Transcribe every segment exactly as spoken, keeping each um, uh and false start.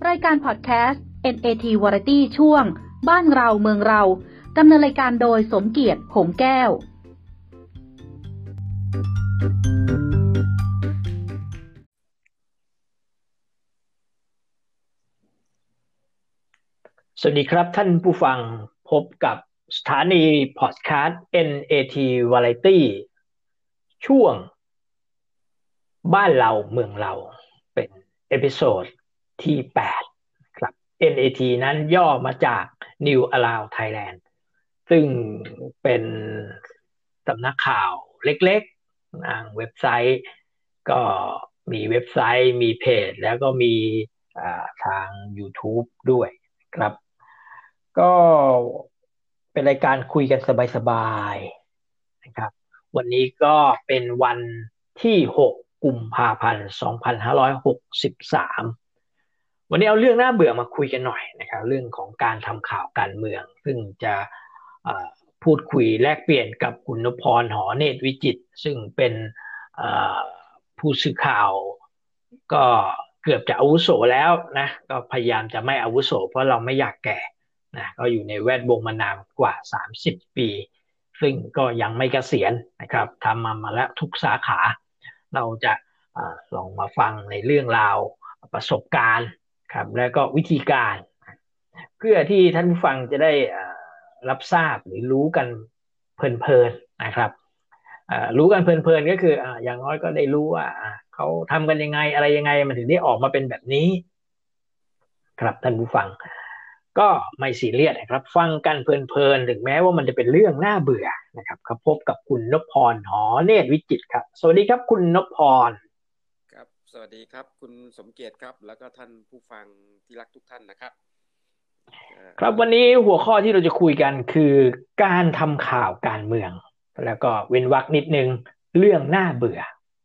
รายการพอดแคสต์ เอ็น เอ ที Variety ช่วงบ้านเราเมืองเราดำเนินรายการโดยสมเกียรติหงแก้วสวัสดีครับท่านผู้ฟังพบกับสถานีพอดแคสต์ เอ็น เอ ที Variety ช่วงบ้านเราเมืองเราเป็นเอพิโซดที่แปดครับ เอ็น เอ ที นั้นย่อมาจาก New Around Thailand ซึ่งเป็นสำนักข่าวเล็กๆทางเว็บไซต์ก็มีเว็บไซต์มีเพจแล้วก็มีทาง YouTube ด้วยครับก็เป็นรายการคุยกันสบายๆนะครับวันนี้ก็เป็นวันที่หกกุมภาพันธ์สองพันห้าร้อยหกสิบสามวันนี้เอาเรื่องน่าเบื่อมาคุยกันหน่อยนะครับเรื่องของการทำข่าวการเมืองซึ่งจะพูดคุยแลกเปลี่ยนกับคุณนพพร หอเนตรวิจิตรซึ่งเป็นผู้สื่อข่าวก็เกือบจะอาวุโสแล้วนะก็พยายามจะไม่อาวุโสเพราะเราไม่อยากแก่นะก็อยู่ในแวดวงมานานกว่าสามสิบปีซึ่งก็ยังไม่เกษียณนะครับทำมามาแล้วทุกสาขาเราจะลองมาฟังในเรื่องราวประสบการณ์ครับและก็วิธีการเพื่อที่ท่านผู้ฟังจะได้รับทราบหรือรู้กันเพลินๆนะครับรู้กันเพลินๆก็คืออย่างน้อยก็ได้รู้ว่าเขาทำกันยังไงอะไรยังไงมันถึงได้ออกมาเป็นแบบนี้ครับท่านผู้ฟังก็ไม่ซีเรียสนะครับฟังกันเพลินๆถึงแม้ว่ามันจะเป็นเรื่องน่าเบื่อนะครับครับพบกับคุณนพพร หอเนตรวิจิตรครับสวัสดีครับคุณนพพรครับสวัสดีครับคุณสมเกียรติครับแล้วก็ท่านผู้ฟังที่รักทุกท่านนะครับครับวันนี้หัวข้อที่เราจะคุยกันคือการทำข่าวการเมืองแล้วก็เว้นวรรคนิดนึงเรื่องน่าเบื่อ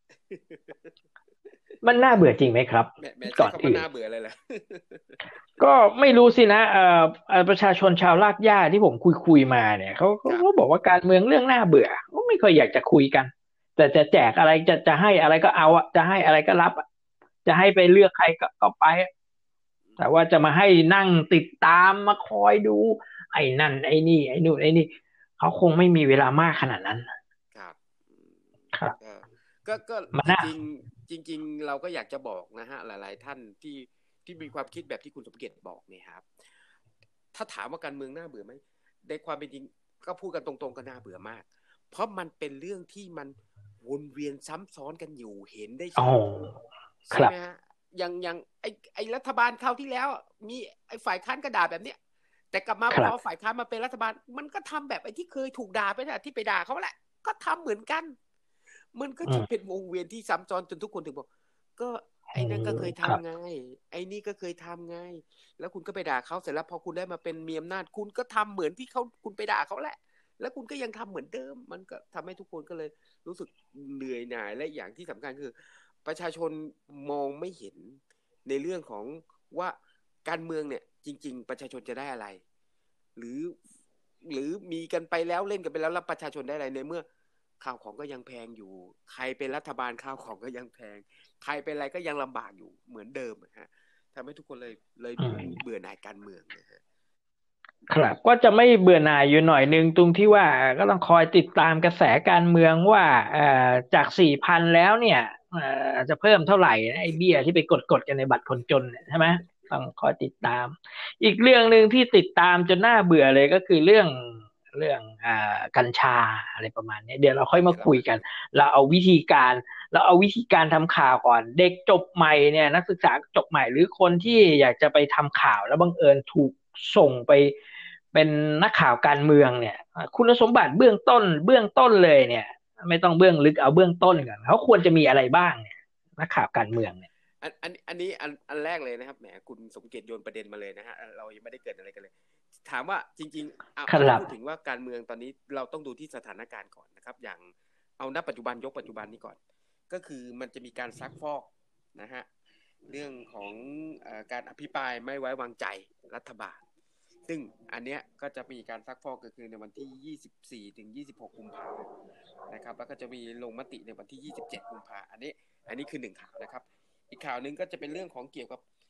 มันน่าเบื่อจริงไหมครับก่อนอื่นน่าเบื่อเลยแหละก็ไม่รู้สินะเอ่อประชาชนชาวลากหญ้าที่ผมคุยคุยมาเนี่ยเขาเขาบอกว่าการเมืองเรื่องน่าเบื่อก็ไม่ค่อยอยากจะคุยกันแต่จะแจกอะไรจะจะให้อะไรก็เอาอะจะให้อะไรก็รับจะให้ไปเลือกใครก็ก็ไปแต่ว่าจะมาให้นั่งติดตามมาคอยดูไอ้นั่นไอ้นี่ไอ้นู่นไอ้นี่เขาคงไม่มีเวลามากขนาดนั้นครับครับก็ก็จริงจริงจริงเราก็อยากจะบอกนะฮะหลายๆท่านที่ที่มีความคิดแบบที่คุณสมเกียรติบอกเนี่ยครับถ้าถามว่าการเมืองน่าเบื่อไหมในความเป็นจริงก็พูดกันตรงๆก็น่าเบื่อมากเพราะมันเป็นเรื่องที่มันวนเวียนซ้ำซ้อนกันอยู่เห็นได้ชัดใช่ไหมฮะอย่างอย่างไอไอรัฐบาลคราวที่แล้วมีไอฝ่ายค้านกระดาษแบบเนี้ยแต่กลับมาพอฝ่ายค้านมาเป็นรัฐบาลมันก็ทำแบบไอที่เคยถูกด่าไปนะที่ไปด่าเขาแหละก็ทำเหมือนกันมันก็จะเป็นวงเวียนที่ซ้ำซ้อนจนทุกคนถึงบอกก็ไอ้นั่นก็เคยทำไงไอ้นี่ก็เคยทำไงแล้วคุณก็ไปด่าเขาเสร็จแล้วพอคุณได้มาเป็นมีอำนาจคุณก็ทำเหมือนที่เขาคุณไปด่าเขาแหละแล้วคุณก็ยังทำเหมือนเดิมมันก็ทำให้ทุกคนก็เลยรู้สึกเหนื่อยหน่ายและอย่างที่สำคัญคือประชาชนมองไม่เห็นในเรื่องของว่าการเมืองเนี่ยจริงๆประชาชนจะได้อะไรหรือหรือมีกันไปแล้วเล่นกันไปแล้วแล้วประชาชนได้อะไรในเมื่อข้าวของก็ยังแพงอยู่ใครเป็นรัฐบาลข้าวของก็ยังแพงใครเป็นอะไรก็ยังลำบากอยู่เหมือนเดิมนะฮะทำให้ทุกคนเลยเลยเบื่อหน่ายการเมืองนะฮะครับก็จะไม่เบื่อหน่ายอยู่หน่อยนึงตรงที่ว่าก็ต้องคอยติดตามกระแสการเมืองว่าจากสี่พันแล้วเนี่ยจะเพิ่มเท่าไหร่ไอ้เบี้ยที่ไปกดๆกันในบัตรคนจนใช่ไหมต้องคอยติดตามอีกเรื่องนึงที่ติดตามจนน่าเบื่อเลยก็คือเรื่องเรื่องอ่ากัญชาอะไรประมาณนี้เดี๋ยวเราค่อยมาคุยกันเราเอาวิธีการเราเอาวิธีการทำข่าวก่อนเด็กจบใหม่เนี่ยนักศึกษาจบใหม่หรือคนที่อยากจะไปทำข่าวแล้วบังเอิญถูกส่งไปเป็นนักข่าวการเมืองเนี่ยคุณสมบัติเบื้องต้นเบื้องต้นเลยเนี่ยไม่ต้องเบื้องลึกเอาเบื้องต้นก่อนเขาควรจะมีอะไรบ้างเนี่ยนักข่าวการเมืองเนี่ยอันอันอันนี้อันอันแรกเลยนะครับแหมคุณสมเกียรติโยนประเด็นมาเลยนะฮะเรายังไม่ได้เกิดอะไรกันเลยถามว่าจริงๆเอาพูดถึงว่าการเมืองตอนนี้เราต้องดูที่สถานการณ์ก่อนนะครับอย่างเอาณปัจจุบันยกปัจจุบันนี้ก่อนก็คือมันจะมีการซักฟอกนะฮะเรื่องของเอ่อการอภิปรายไม่ไว้วางใจรัฐบาลซึ่งอันเนี้ยก็จะมีการซักฟอกก็คือในวันที่ยี่สิบสี่ถึงยี่สิบหกกุมภาพันธ์นะครับแล้วก็จะมีลงมติในวันที่ยี่สิบเจ็ดกุมภาพันธ์อันนี้อันนี้คือหนึ่งข่าวนะครับอีกข่าวนึงก็จะเป็นเรื่องของเกี่ยวกับ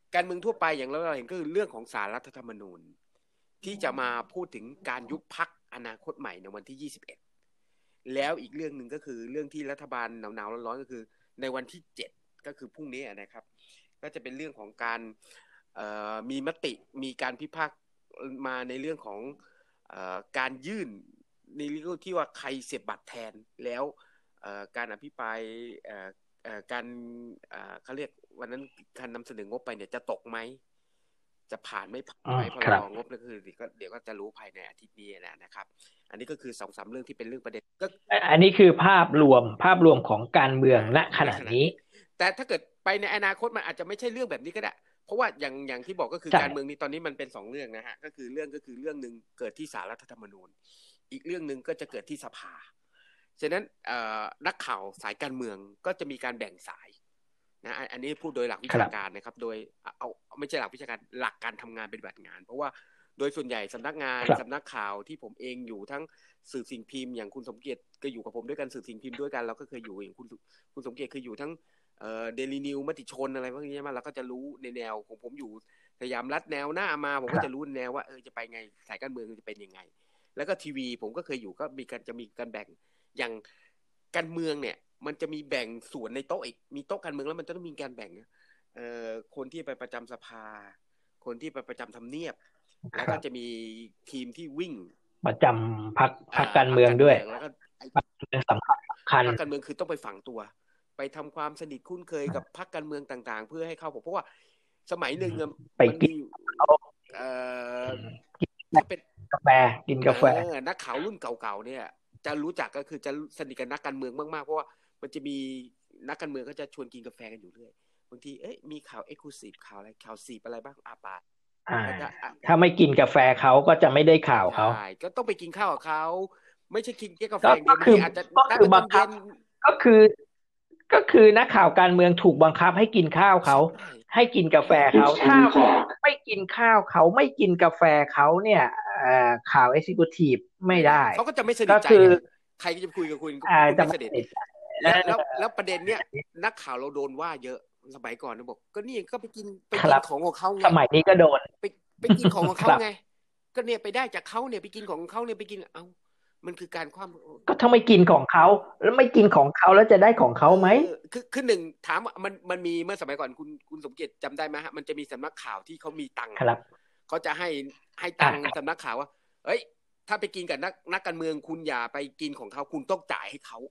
การเมืองทั่วไปอย่างเราเห็นก็คือเรื่องของศาลรัฐธรรมนูญที่จะมาพูดถึงการยุบพรรคอนาคตใหม่ในวันที่ยี่สิบเอ็ดแล้วอีกเรื่องหนึ่งก็คือเรื่องที่รัฐบาลหนาวๆร้อนๆก็คือในวันที่เจ็ดก็คือพรุ่งนี้นะครับก็จะเป็นเรื่องของการมีมติมีการพิพากษามาในเรื่องของการยื่นในเรื่องที่ว่าใครเสียบบัตรแทนแล้วการอภิปรายการเขาเรียกวันนั้นการนำเสนองบไปเนี่ยจะตกไหมจะผ่านไม่ผ่านไหมพรบงบนั่นคือเดี๋ยวก็เดี๋ยวก็จะรู้ภายในอาทิตย์นี้นะครับอันนี้ก็คือ สองสาม เรื่องที่เป็นเรื่องประเด็นก็อันนี้คือภาพรวมภาพรวมของการเมืองณขณะนี้แต่ถ้าเกิดไปในอนาคตมันอาจจะไม่ใช่เรื่องแบบนี้ก็ได้เพราะว่าอย่างอย่างที่บอกก็คือการเมืองนี้ตอนนี้มันเป็นสองเรื่องนะฮะก็คือเรื่องก็คือเรื่องนึงเกิดที่ศาลรัฐธรรมนูญอีกเรื่องนึงก็จะเกิดที่สภาฉะนั้นนักข่าวสายการเมืองก็จะมีการแบ่งสายนะอันนี้พูดโดยหลักวิชาการนะครับโดยเอาไม่ใช่หลักวิชาการหลักการทำงานเป็นแบบงานเพราะว่าโดยส่วนใหญ่สำนักงานสำนักข่าวที่ผมเองอยู่ทั้งสื่อสิ่งพิมพ์อย่างคุณสมเกียรติก็อยู่กับผมด้วยกันสื่อสิ่งพิมพ์ด้วยกันเราก็เคยอยู่อย่างคุณคุณสมเกียรติคืออยู่ทั้งเอ่อเดลี่นิวมติชนอะไรพวกนี้มาเราก็จะรู้ในแนวของผมอยู่พยายามรัดแนวหน้ามาผมก็จะรู้แนวว่าเออจะไปไงสายการเมืองจะเป็นยังไงแล้วก็ทีวีผมก็เคยอยู่ก็มีการจะมีการแบ่งอย่างการเมืองเนี่ยมันจะมีแบ่งส่วนในโต๊ะอีกมีโต๊ะการเมืองแล้วมันจะต้องมีการแบ่งเอ่อคนที่ไปประจำสภาคนที่ไปประจำทำเนียบแล้วก็จะมีทีมที่วิ่งประจำพรรคพรรคการเมืองด้วยแล้วก็สำคัญสำคัญพรรคการเมืองคือต้องไปฝังตัวไปทำความสนิทคุ้นเคยกับพรรคการเมืองต่างๆเพื่อให้เข้าผมเพราะว่าสมัยหนึ่งไปกินเอ่อเป็นกาแฟกินกาแฟนักข่าวรุ่นเก่าๆเนี่ยจะรู้จักก็คือจะสนิทกับนักการเมืองมากๆเพราะว่ามันจะมีนักการเมืองก็จะชวนกินกาแฟกันอยู่เรื่อยบางทีเอ๊ะมีข่าวเอ็กซ์คลูซีฟข่าวอะไรข่าวสีอะไรบ้างอาปาถ้าไม่กินกาแฟเขาก็จะไม่ได้ข่าวเขาใช่ก็ต้องไปกินข้าวกับเขาไม่ใช่กินแค่กาแฟเดียวคืออาจจะก็คือบังคับก็คือก็คือนักข่าวการเมืองถูกบังคับให้กินข้าวเขาให้กินกาแฟเขาถ้าไม่กินข้าวเขาไม่กินกาแฟเขาเนี่ยข่าวเอ็กซิคิวทีฟไม่ได้เขาก็จะไม่สนิทใจใครก็จะคุยกับคุณก็ไม่สนิทแล้วแล้วแล้วประเด็นเนี้ยนักข่าวเราโดนว่าเยอะสมัยก่อนนะบอกก็นี่ก็ไปกินไปกินของของเขาไงสมัยนี้ก็โดนไปไปกินของของเขาไงก็เนี่ยไปได้จากเขาเนี่ยไปกินของเขาเนี่ยไปกินเอ้ามันคือการความก็ถ้าไม่กินของเขาแล้วไม่กินของเขาแล้วจะได้ของเขาไหมคือคือหนึ่งถามมันมันมีเมื่อสมัยก่อนคุณคุณสมเกียรติจำได้ไหมฮะมันจะมีสำนักข่าวที่เขามีตังค์เขาจะให้ให้ตังค์สำนักข่าวว่าเอ้ยถ้าไปกินกับนักนักการเมืองคุณอย่าไปกินของเขาคุณต้องจ่ายให้เขา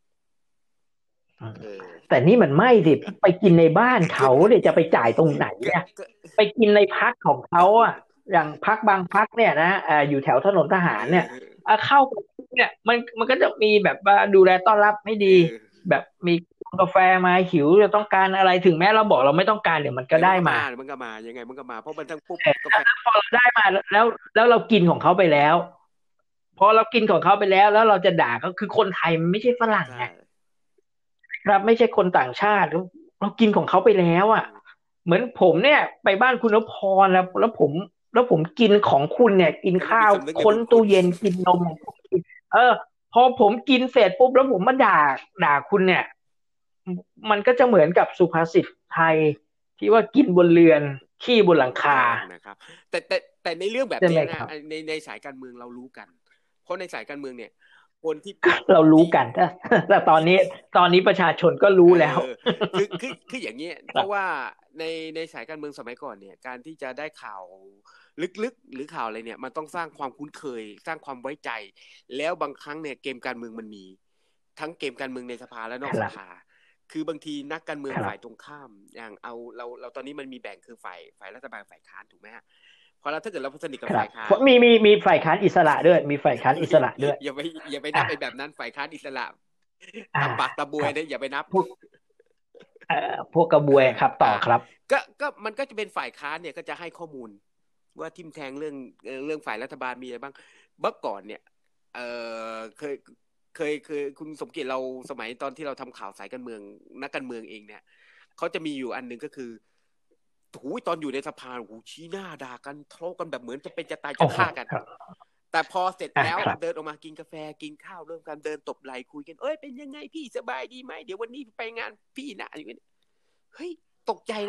แต่นี่มันไม่สิไปกินในบ้านเขาเดี๋ยวจะไปจ่ายตรงไหนเนี่ยไปกินในพักของเขาอ่ะอย่างพักบางพักเนี่ยนะอ่าอยู่แถวถนนทหารเนี่ยเข้าเนี่ยมันมันก็จะมีแบบว่าดูแลต้อนรับให้ดีแบบมีกาแฟมาหิวจะต้องการอะไรถึงแม้เราบอกเราไม่ต้องการเดี๋ยวมันก็ได้มามันก็มายังไงมันก็มาเพราะมันทั้งปุ๊บกาแฟพอเราได้มาแล้วแล้วเรากินของเขาไปแล้วพอเรากินของเขาไปแล้วแล้วเราจะด่าก็คือคนไทยมันไม่ใช่ฝรั่งไงครับไม่ใช่คนต่างชาติเรากินของเขาไปแล้วอ่ะเหมือนผมเนี่ยไปบ้านคุณนพพรแล้วแล้วผมแล้วผมกินของคุณเนี่ยกินข้าวค้นตู้เย็นกินนมเออพอผมกินเสร็จปุ๊บแล้วผมมาด่าด่าคุณเนี่ยมันก็จะเหมือนกับสุภาษิตไทยที่ว่ากินบนเรือนขี้บนหลังคานะครับแต่แต่แต่ในเรื่องแบบนี้นะในในสายการเมืองเรารู้กันเพราะในสายการเมืองเนี่ยคนที่เรารู้กันแต่ตอนนี้ตอนนี้ประชาชนก็รู้แล้วคือคือคืออย่างนี้เพราะว่าในในสายการเมืองสมัยก่อนเนี่ยการที่จะได้ข่าวลึกๆหรือข่าวอะไรเนี่ยมันต้องสร้างความคุ้นเคยสร้างความไว้ใจแล้วบางครั้งเนี่ยเกมการเมืองมันมีทั้งเกมการเมืองในสภาและนอกสภาคือบางทีนักการเมืองฝ่ายตรงข้ามอย่างเอาเราเราตอนนี้มันมีแบ่งคือฝ่ายฝ่ายรัฐบาลฝ่ายค้านถูกไหมฮะพอเราถ้าเกิดเราสนิทกับฝ่ายค้านมีมีมีฝ่ายค้านอิสระด้วยมีฝ่ายค้านอิสระด้วยอย่าไปอย่าไปนับไปแบบนั้นฝ่ายค้านอิสระตะปากตะบวยเนี่ยอย่าไปนับเอ่อพวกกระบวยครับต่อครับก็ก็มันก็จะเป็นฝ่ายค้านเนี่ยก็จะให้ข้อมูลว่าทิมแทงเรื่องเรื่องฝ่ายรัฐบาลมีอะไรบ้างเมื่อก่อนเนี่ยเออเคยเคยเคยคุณสมเกียรติเราสมัยตอนที่เราทำข่าวสายการเมืองนักการเมืองเองเนี่ยเขาจะมีอยู่อันนึงก็คือหูยตอนอยู่ในสภาหูชี้หน้าด่ากันทะเลาะกันแบบเหมือนจะเป็นจะตายจะฆ่ากันแต่พอเสร็จแล้วเดินออกมากินกาแฟกินข้าวเริ่มกันเดินตบไหล่คุยกันเอ้ยเป็นยังไงพี่สบายดีไหมเดี๋ยววันนี้ไปงานพี่นะอย่างเงี้ยเฮ้ยตกใจนะ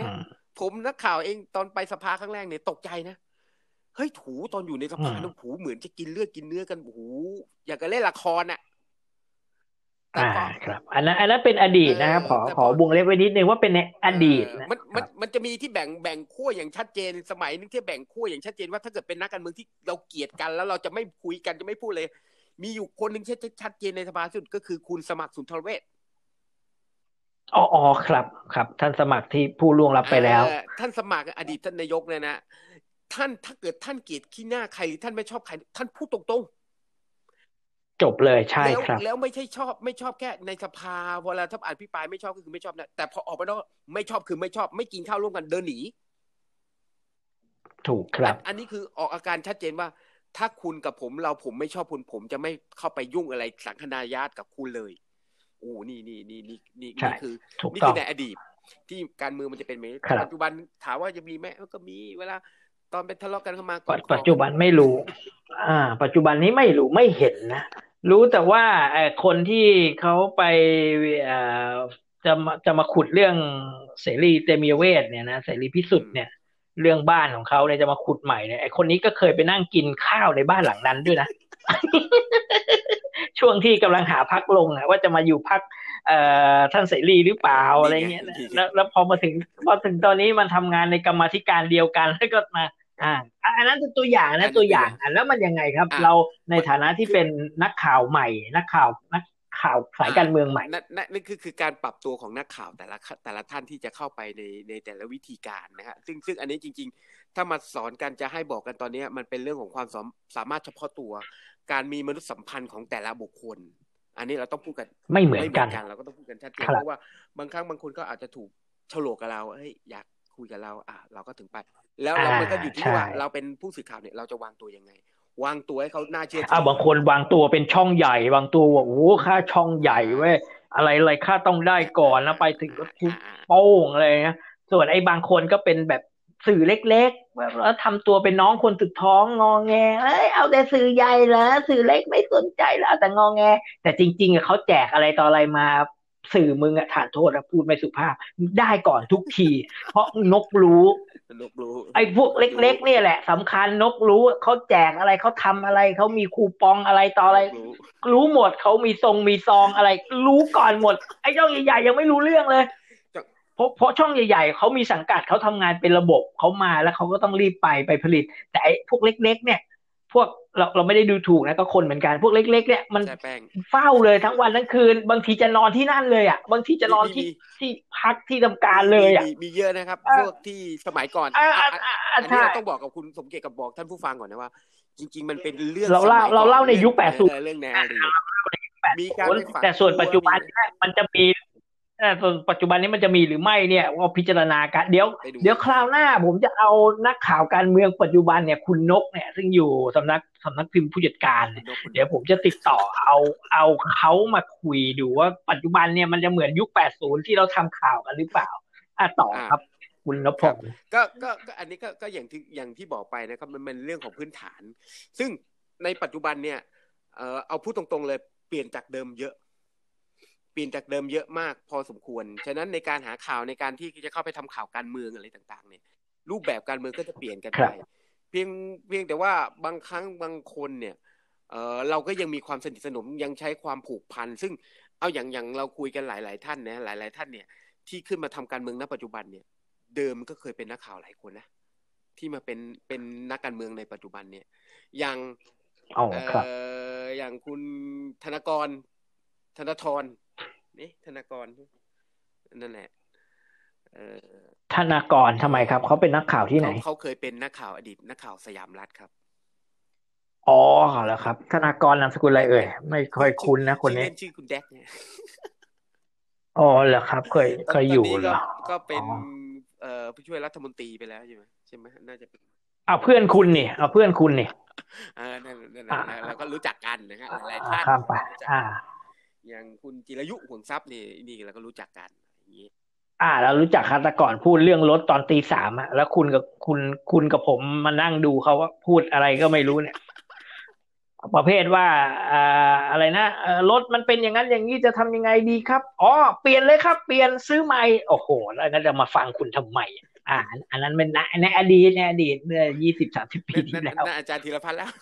ผมนักข่าวเองตอนไปสภาครั้งแรกเนี่ยตกใจนะเฮ้ยถูตอนอยู่ในสภาเนี่ยถูเหมือนจะกินเลือดกินเนื้อกันโอ้โหอยากจะเล่นละครอ่ะอ่าครับอันนั้นอันนั้นเป็นอดีตนะครับขอขอวงเล็บไว้นิดนึงว่าเป็นในอดีตนะมันมันมันจะมีที่แบ่งแบ่งขั้วอย่างชัดเจนสมัยนึงที่แบ่งขั้วอย่างชัดเจนว่าถ้าเกิดเป็นนักการเมืองที่เราเกลียดกันแล้วเราจะไม่คุยกันจะไม่พูดเลยมีอยู่คนหนึ่งชัดชัดเจนในสภาสุดก็คือคุณสมัครสุนทรเวชอ๋ออ๋อครับครับท่านสมัครที่ผู้ล่วงลับไปแล้วท่านสมัครอดีตท่านนายกเนี่ยนะท่านถ้าเกิดท่านเกลียดขี้หน้าใครหรือท่านไม่ชอบใครท่านพูดตรงๆจบเลยใช่ครับแล้วไม่ใช่ชอบไม่ชอบแค่ในสภาเวลาถ้าอภิปรายไม่ชอบก็คือไม่ชอบนะแต่พอออกไปนอกไม่ชอบคือไม่ชอบไม่กินข้าวร่วมกันเดินหนีถูกครับอันนี้คือออกอาการชัดเจนว่าถ้าคุณกับผมเราผมไม่ชอบคุณผมจะไม่เข้าไปยุ่งอะไรสังคนาญาตกับคุณเลยโอ้นี่นี่นี่นี่นี่นี่คือนี่คือในอดีตที่การเมืองมันจะเป็นแบบนี้ปัจจุบันถามว่าจะมีไหมก็มีเวลาตอนเป็นทะเลาะกันเข้ามาปัจจุบันไม่รู้อ่าปัจจุบันนี้ไม่รู้ไม่เห็นนะรู้แต่ว่าไอ้คนที่เขาไปอ่าจะมาจะมาขุดเรื่องเสรีเตมียเวทเนี่ยนะเสรีพิสุทธิ์เนี่ยเรื่องบ้านของเขาเนี่ยจะมาขุดใหม่เนี่ยไอ้คนนี้ก็เคยไปนั่งกินข้าวในบ้านหลังนั้นด้วยนะ ช่วงที่กำลังหาพักลงอะว่าจะมาอยู่พักเอ่อท่านเสรีหรือเปล่าอะไรเงี้ยแล้วแล้วพอมาถึงพอถึงตอนนี้มันทำงานในกรรมาธิการเดียวกันแล้วก็มาอ่าอันนั้นเป็นตัวอย่างนะตัวอย่างอันแล้วมันยังไงครับเราในฐานะที่เป็นนักข่าวใหม่นักข่าวนักข่าวสายการเมืองใหม่นั่นนั่นคือคือการปรับตัวของนักข่าวแต่ละแต่ละท่านที่จะเข้าไปในในแต่ละวิธีการนะฮะซึ่งซึ่งอันนี้จริงๆถ้ามาสอนกันจะให้บอกกันตอนนี้มันเป็นเรื่องของความสามารถเฉพาะตัวการมีมนุษยสัมพันธ์ของแต่ละบุคคลอันนี้เราต้องพูดกันไม่เหมือนกันเราก็ต้องพูดกันชัดเจนเพราะว่าบางครั้งบางคนก็อาจจะถูกโฉลกกับเราเฮ้ยอยากคุยกับเราอ่ะเราก็ถึงไปแล้วเรามันก็อยู่ที่ว่าเราเป็นผู้สื่อข่าวเนี่ยเราจะวางตัวยังไงวางตัวให้เขาน่าเชื่อถือบางคนวางตัวเป็นช่องใหญ่วางตัวว่าโอ้ค่าช่องใหญ่เว้ยอะไรอะไรค่าต้องได้ก่อนแล้วไปถึงก็ทุบโป้งอะไรเงี้ยส่วนไอ้บางคนก็เป็นแบบสื่อเล็กๆแล้วทำตัวเป็นน้องคนสุดท้องงอแงเอ้ยเอาแต่สื่อใหญ่เหรอสื่อเล็กไม่สนใจแล้วแต่งอแงแต่จริงๆเขาแจกอะไรต่ออะไรมาสื่อมึงอะฐานโทษนะพูดไม่สุภาพได้ก่อนทุกทีเพราะนกรู้นกรู้ไอ้พวกเล็กๆเนี่ยแหละสำคัญนกรู้เขาแจกอะไรเขาทำอะไรเขามีคูปองอะไรต่ออะไรรู้หมดเขามีทรงมีซองอะไรรู้ก่อนหมดไอ้ช่องใหญ่ๆยังไม่รู้เรื่องเลยเพราะเพราะช่องใหญ่ๆเขามีสังกัดเขาทำงานเป็นระบบเขามาแล้วเขาก็ต้องรีบไปไปผลิตแต่ไอ้พวกเล็กๆเนี่ยพวกเราเราไม่ได้ดูถูกนะก็คนเหมือนกันพวกเล็กๆเนี่ยมันเฝ้าเลยทั้งวันทั้งคืนบางทีจะนอนที่นั่นเลยอ่ะบางทีจะนอนที่ที่พักที่ทำการเลยอ่ะมีเยอะนะครับพวกที่สมัยก่อนอันนี้เราต้องบอกกับคุณสมเกียรติกับบอกท่านผู้ฟังก่อนนะว่าจริงๆมันเป็นเรื่องเราเล่าเราเล่าในยุคแปดสิบเรื่องแนวมีการแต่ส่วนปัจจุบันมันจะมีส่วนปัจจุบันนี้มันจะมีหรือไม่เนี่ยว่าพิจารณากันเดี๋ยวเดี๋ยวคราวหน้าผมจะเอานักข่าวการเมืองปัจจุบันเนี่ยคุณนกเนี่ยซึ่งอยู่สำนักสำนักพิมพ์ผู้จัดการเดี๋ยวผมจะติดต่อเอาเอาเขามาคุยดูว่าปัจจุบันเนี่ยมันจะเหมือนยุคแปดสิบที่เราทำข่าวกันหรือเปล่าอ่ะต่อครับคุณนพงศ์ก็ก็ก็อันนี้ก็ก็อย่างที่อย่างที่บอกไปนะครับมันเป็นเรื่องของพื้นฐาน ซึ่งในปัจจุบันเนี่ยเอ่อเอาพูดตรงๆเลยเปลี่ยนจากเดิมเยอะเปลี่ยนจากเดิมเยอะมากพอสมควรฉะนั้นในการหาข่าวในการที่จะเข้าไปทำข่าวการเมืองอะไรต่างๆเนี่ยรูปแบบการเมืองก็จะเปลี่ยนกันไปเพียงเพียงแต่ว่าบางครั้งบางคนเนี่ยเอ่อเราก็ยังมีความสนิทสนมยังใช้ความผูกพันซึ่งเอาอย่างอย่างเราคุยกันหลายๆท่านนะหลายๆท่านเนี่ยที่ขึ้นมาทำการเมืองณปัจจุบันเนี่ยเดิมก็เคยเป็นนักข่าวหลายคนนะที่มาเป็นเป็นนักการเมืองในปัจจุบันเนี่ยอย่างเอ่ออย่างคุณธนกรธนทรนี่ธนกรนั่นแหละเอ่อธนกรทำไมครับเขาเป็นนักข่าวที่ไหนเขาเคยเป็นนักข่าวอดีตนักข่าวสยามรัฐครับอ๋อเหรอครับธนกรนามสกุลอะไรเอ่ยไม่ค่อยคุ้นนะคนนี้ชื่อคุณแดกเนี่ยอ๋อเหรอครับเคยเคยอยู่เหรอก็เป็นเอ่อผู้ช่วยรัฐมนตรีไปแล้วใช่ไหมใช่ไหมน่าจะเป็นเอาเพื่อนคุณนี่เอาเพื่อนคุณนี่อ่านั่นนั่นแล้วก็รู้จักกันนะฮะหลายท่านครับไปอ่าอย่างคุณจิรายุห่วงทรัพย์นี่นี่เราก็รู้จักกันอย่างนี้อ่าเรารู้จักครับแต่ก่อนพูดเรื่องรถตอนตีสามอะแล้วคุณกับคุณคุณกับผมมานั่งดูเขาว่าพูดอะไรก็ไม่รู้เนี่ยประเภทว่าอ่าอะไรนะรถมันเป็นอย่างนั้นอย่างนี้จะทำยังไงดีครับอ๋อเปลี่ยนเลยครับเปลี่ยนซื้อใหม่โอ้โหแล้วงั้นจะมาฟังคุณทำไมอ่าอันนั้นเป็นในอดีตในอดีตเมื่อยี่สิบสามสิบปีที่แล้วนั่นอาจารย์ธีรพัฒน์แล้ว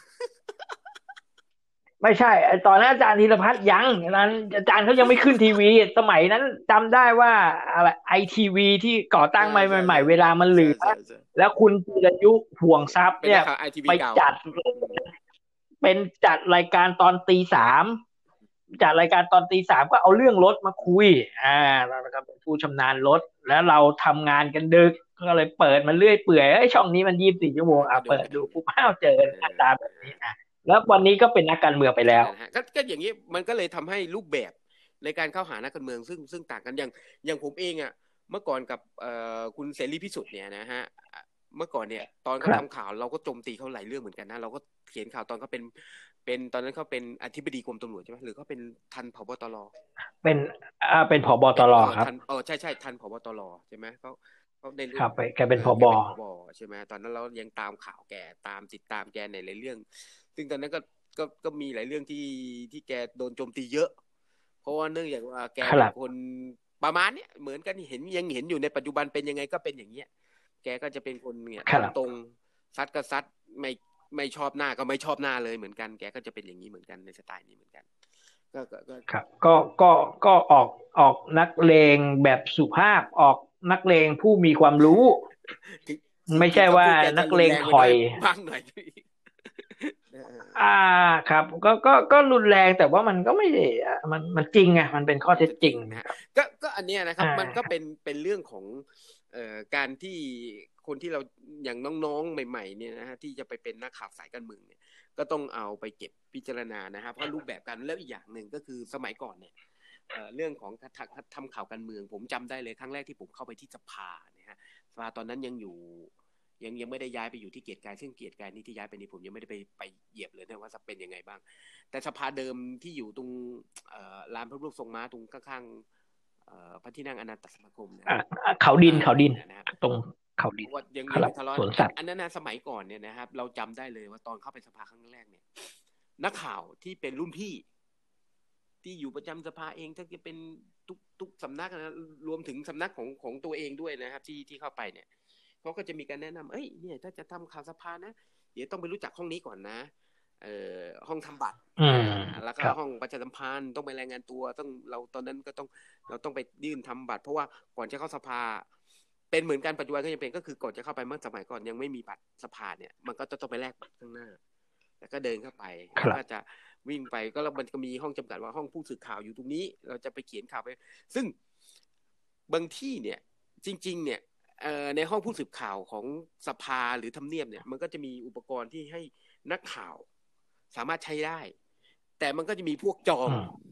ไม่ใช่ตอนนั้นอาจารย์ธีรพัฒน์ยังนั้นอาจารย์เขายังไม่ขึ้นทีวีสมัยนั้นจำได้ว่าอะไรไอทีวีที่ก่อตั้งใหม่ใหม่เวลามันเหลือแล้วคุณจิรยุห่วงทรัพย์เนี่ยไปจัดเป็นจัดรายการตอนตีสามจัดรายการตอนตีสามก็เอาเรื่องรถมาคุยอ่าเราก็เป็นผู้ชำนาญรถแล้วเราทำงานกันดึกก็เลยเปิดมันเรื่อยเปื่อยไอ้ช่องนี้มันยี่สิบสี่ชั่วโมงอ่ะเปิดดูปุ๊บอ้าวเจอหน้าตาแบบนี้อ่ะแล้ววันนี้ก็เป็นนักการเมืองไปแล้วก็ก็อย่างนี้มันก็เลยทำให้รูปแบบในการเข้าหานักการเมืองซึ่งซึ่งต่างกันอย่างอย่างผมเองอ่ะเมื่อก่อนกับเอ่อคุณเสรีพิสุทธิ์เนี่ยนะฮะเมื่อก่อนเนี่ยตอนเขาทำข่าวเราก็โจมตีเขาหลายเรื่องเหมือนกันนะเราก็เขียนข่าวตอนเขาเป็นเป็นตอนนั้นเขาเป็นอธิบดีกรมตำรวจใช่ไหมหรือเขาเป็นทันผบตรเป็นอ่าเป็นผบตรครับเออใช่ใช่ทันผบตรใช่ไหมเขาเขาในครับแกเป็นผบใช่ไหมตอนนั้นเรายังตามข่าวแกตามติดตามแกในหลายเรื่องซึ่งตอนนั้นก็ก็ก็มีหลายเรื่องที่ที่แกโดนโจมตีเยอะเพราะว่าเนื่องจากว่าแกเป็นคนประมาณเนี้ยเหมือนกันเห็นยังเห็นอยู่ในปัจจุบันเป็นยังไงก็เป็นอย่างเงี้ยแกก็จะเป็นคนเนี่ยตรงซัดก็ซัดไม่ไม่ชอบหน้าก็ไม่ชอบหน้าเลยเหมือนกันแกก็จะเป็นอย่างนี้เหมือนกันในสไตล์นี้เหมือนกันก็ก็ครับก็ก็ก็ออกออกนักเลงแบบสุภาพออกนักเลงผู้มีความรู้ไม่ใช่ว่านักเลงถอยบ้างหน่อยอ่าครับก็ก็ก็รุนแรงแต่ว่ามันก็ไม่ได้มันมันจริงไงมันเป็นข้อเท็จจริงนะก็ก็อันเนี้ยนะครับมันก็เป็นเป็นเรื่องของเอ่อการที่คนที่เราอย่างน้องๆใหม่ๆเนี่ยนะฮะที่จะไปเป็นนักข่าวสายการเมืองเนี่ยก็ต้องเอาไปเก็บพิจารณานะครับเพราะรูปแบบการแล้วอีกอย่างหนึ่งก็คือสมัยก่อนเนี่ยเอ่อเรื่องของทำข่าวการเมืองผมจำได้เลยครั้งแรกที่ผมเข้าไปที่สภาเนี่ยฮะสภาตอนนั้นยังอยู่ยังยังไม่ได้ย้ายไปอยู่ที่เกียรติกายซึ่งเกียรติกายนี่ที่ย้ายไปนี่ผมยังไม่ได้ไปไปเหยียบเลยนะว่าจะเป็นยังไงบ้างแต่สภาเดิมที่อยู่ตรงลานพระรูปทรงม้าตรงข้างๆพระที่นั่งอนันตสมาคมเขาดินเขาดินตรงเขาดินยังมีทะเลาะอันนั้นนะสมัยก่อนเนี่ยนะครับเราจำได้เลยว่าตอนเข้าไปสภาครั้งแรกเนี่ยนักข่าวที่เป็นรุ่นพี่ที่อยู่ประจำสภาเองถ้าจะเป็นทุกทุกสำนักนะรวมถึงสำนักของของตัวเองด้วยนะครับที่ที่เข้าไปเนี่ยเขาก็จะมีการแนะนำเอ้ยเนี่ยถ้าจะทำข่าวสภานะเดี๋ยวต้องไปรู้จักห้องนี้ก่อนนะเอ่อห้องทำบัตรแล้วก็ห้องประชาสัมพันธ์ต้องไปรายงานตัวต้องเราตอนนั้นก็ต้องเราต้องไปยื่นทำบัตรเพราะว่าก่อนจะเข้าสภาเป็นเหมือนกันปัจจุบันก็ยังเป็นก็คือก่อนจะเข้าไปเมื่อสมัยก่อนยังไม่มีบัตรสภาเนี่ยมันก็จะต้องไปแลกบัตรข้างหน้าแล้วก็เดินเข้าไปแล้วก็จะวิ่งไปก็แล้วมันก็มีห้องจำกัดว่าห้องผู้สื่อข่าวอยู่ตรงนี้เราจะไปเขียนข่าวไปซึ่งบางที่เนี่ยจริงๆเนี่ยในห้องผู้สื่อข่าวของสภาหรือทำเนียบเนี่ยมันก็จะมีอุปกรณ์ที่ให้นักข่าวสามารถใช้ได้แต่มันก็จะมีพวกจอง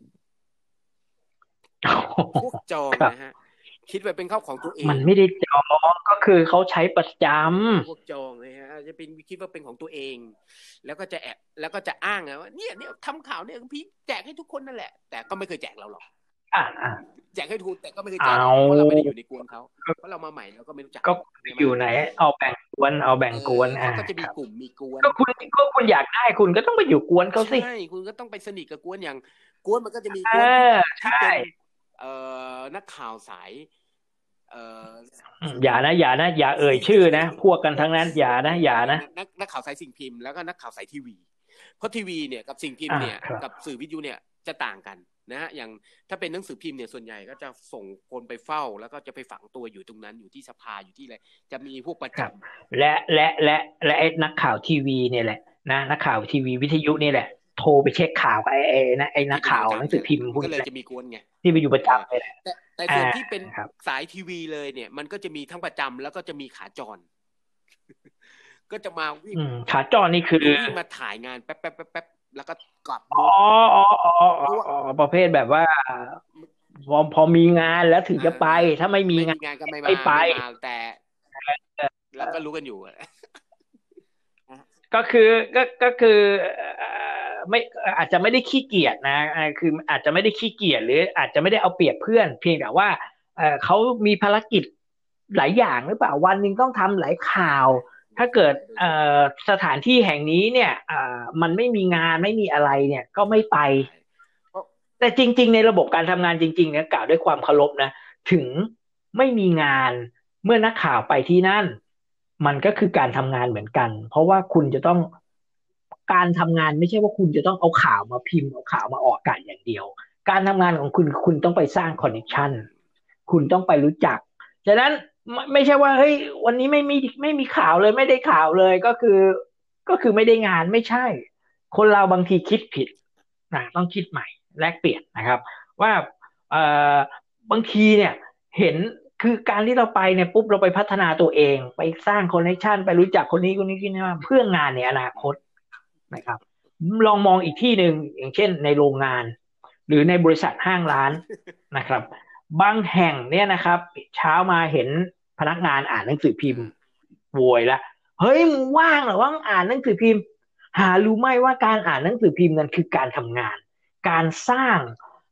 พวกจองนะฮะคิดไว้เป็นข้าวของตัวเองมันไม่ได้จองก็คือเขาใช้ประจำพวกจองเลยฮะจะเป็นคิดว่าเป็นของตัวเองแล้วก็จะแอบแล้วก็จะอ้างว่าเนี่ยเนี่ยทำข่าวเนี่ยพี่แจกให้ทุกคนนั่นแหละแต่ก็ไม่เคยแจกเราหรอกแจกให้ทุกแต่ก็ไม่เคยแจกเพราะเราไม่ได้อยู่ในกวนเขาเพราะเรามาใหม่เราก็ไม่รู้จักก็อยู่ไหนเอาแบ่งกวนเอาแบ่งกวนอ่าก็จะมีกลุ่มมีกวนก็คุณก็คุณอยากได้คุณก็ต้องไปอยู่กวนเขาสิใช่คุณก็ต้องไปสนิทกับกวนอย่างกวนมันก็จะมีกวนที่เป็นเอ่อนักข่าวสายเอ่ออย่านะอย่านะอย่าเอ่ยชื่อนะพวกกันทั้งนั้นอย่านะอย่านะนักนักข่าวสายสิ่งพิมพ์แล้วก็นักข่าวสายทีวีเพราะทีวีเนี่ยกับสิ่งพิมพ์เนี่ยกับสื่อวิทยุเนี่ยจะต่างกันนะฮะอย่างถ้าเป็นหนังสือพิมพ์เนี่ยส่วนใหญ่ก็จะส่งคนไปเฝ้าแล้วก็จะไปฝังตัวอยู่ตรงนั้นอยู่ที่สภาอยู่ที่อะไรจะมีพวกประจำและและและและไอ้นักข่าวทีวีเนี่ยแหละนะนักข่าวทีวีวิทยุนี่แหละโทรไปเช็คข่าวไอ้ไอ้นะไอ้นักข่าวหนังสือพิมพ์พวกนี้ก็เลยจะมีกวนไงที่ไปอยู่ประจำเลยแต่แต่ส่วนที่เป็นสายทีวีเลยเนี่ยมันก็จะมีทั้งประจำแล้วก็จะมีขาจรก็จะมาวิ่งขาจรนี่คือวิ่งมาถ่ายงานแป๊บแป๊บแป๊บแป๊บแล้วก็กลับอ๋ออ๋ออ๋ออ๋อประเภทแบบว่าพอพอมีงานแล้วถึงจะไปถ้าไม่มีงานก็ไม่ไปแต่แล้วก็รู้กันอยู่ก็คือก็ก็คือไม่อาจจะไม่ได้ขี้เกียจนะคืออาจจะไม่ได้ขี้เกียจหรืออาจจะไม่ได้เอาเปรียบเพื่อนเพียงแต่ว่าเขามีภารกิจหลายอย่างหรือเปล่าวันนึงต้องทำหลายข่าวถ้าเกิดสถานที่แห่งนี้เนี่ยมันไม่มีงานไม่มีอะไรเนี่ยก็ไม่ไปแต่จริงๆในระบบการทำงานจริงๆเนี่ยกล่าวด้วยความเคารพนะถึงไม่มีงานเมื่อนักข่าวไปที่นั่นมันก็คือการทำงานเหมือนกันเพราะว่าคุณจะต้องการทำงานไม่ใช่ว่าคุณจะต้องเอาข่าวมาพิมพ์เอาข่าวมาออกอากาศอย่างเดียวการทำงานของคุณคุณต้องไปสร้างคอนเนคชันคุณต้องไปรู้จักฉะนั้นไม่ไม่ใช่ว่าเฮ้ยวันนี้ไม่มีไม่มีข่าวเลยไม่ได้ข่าวเลยก็คือก็คือไม่ได้งานไม่ใช่คนเราบางทีคิดผิดนะต้องคิดใหม่แลกเปลี่ยนนะครับว่าเอ่อบางทีเนี่ยเห็นคือการที่เราไปเนี่ยปุ๊บเราไปพัฒนาตัวเองไปสร้างคอนเนคชันไปรู้จักคนนี้คนนี้คนนี้เพื่องานในอนาคตนะครับลองมองอีกที่หนึ่งอย่างเช่นในโรงงานหรือในบริษัทห้างร้านนะครับบางแห่งเนี่ยนะครับเช้ามาเห็นพนักงานอ่านหนังสือพิมพ์โวยละเฮ้ยมึงว่างเหรอว่างอ่านหนังสือพิมพ์หารู้ไหมว่าการอ่านหนังสือพิมพ์นั้นคือการทำงานการสร้าง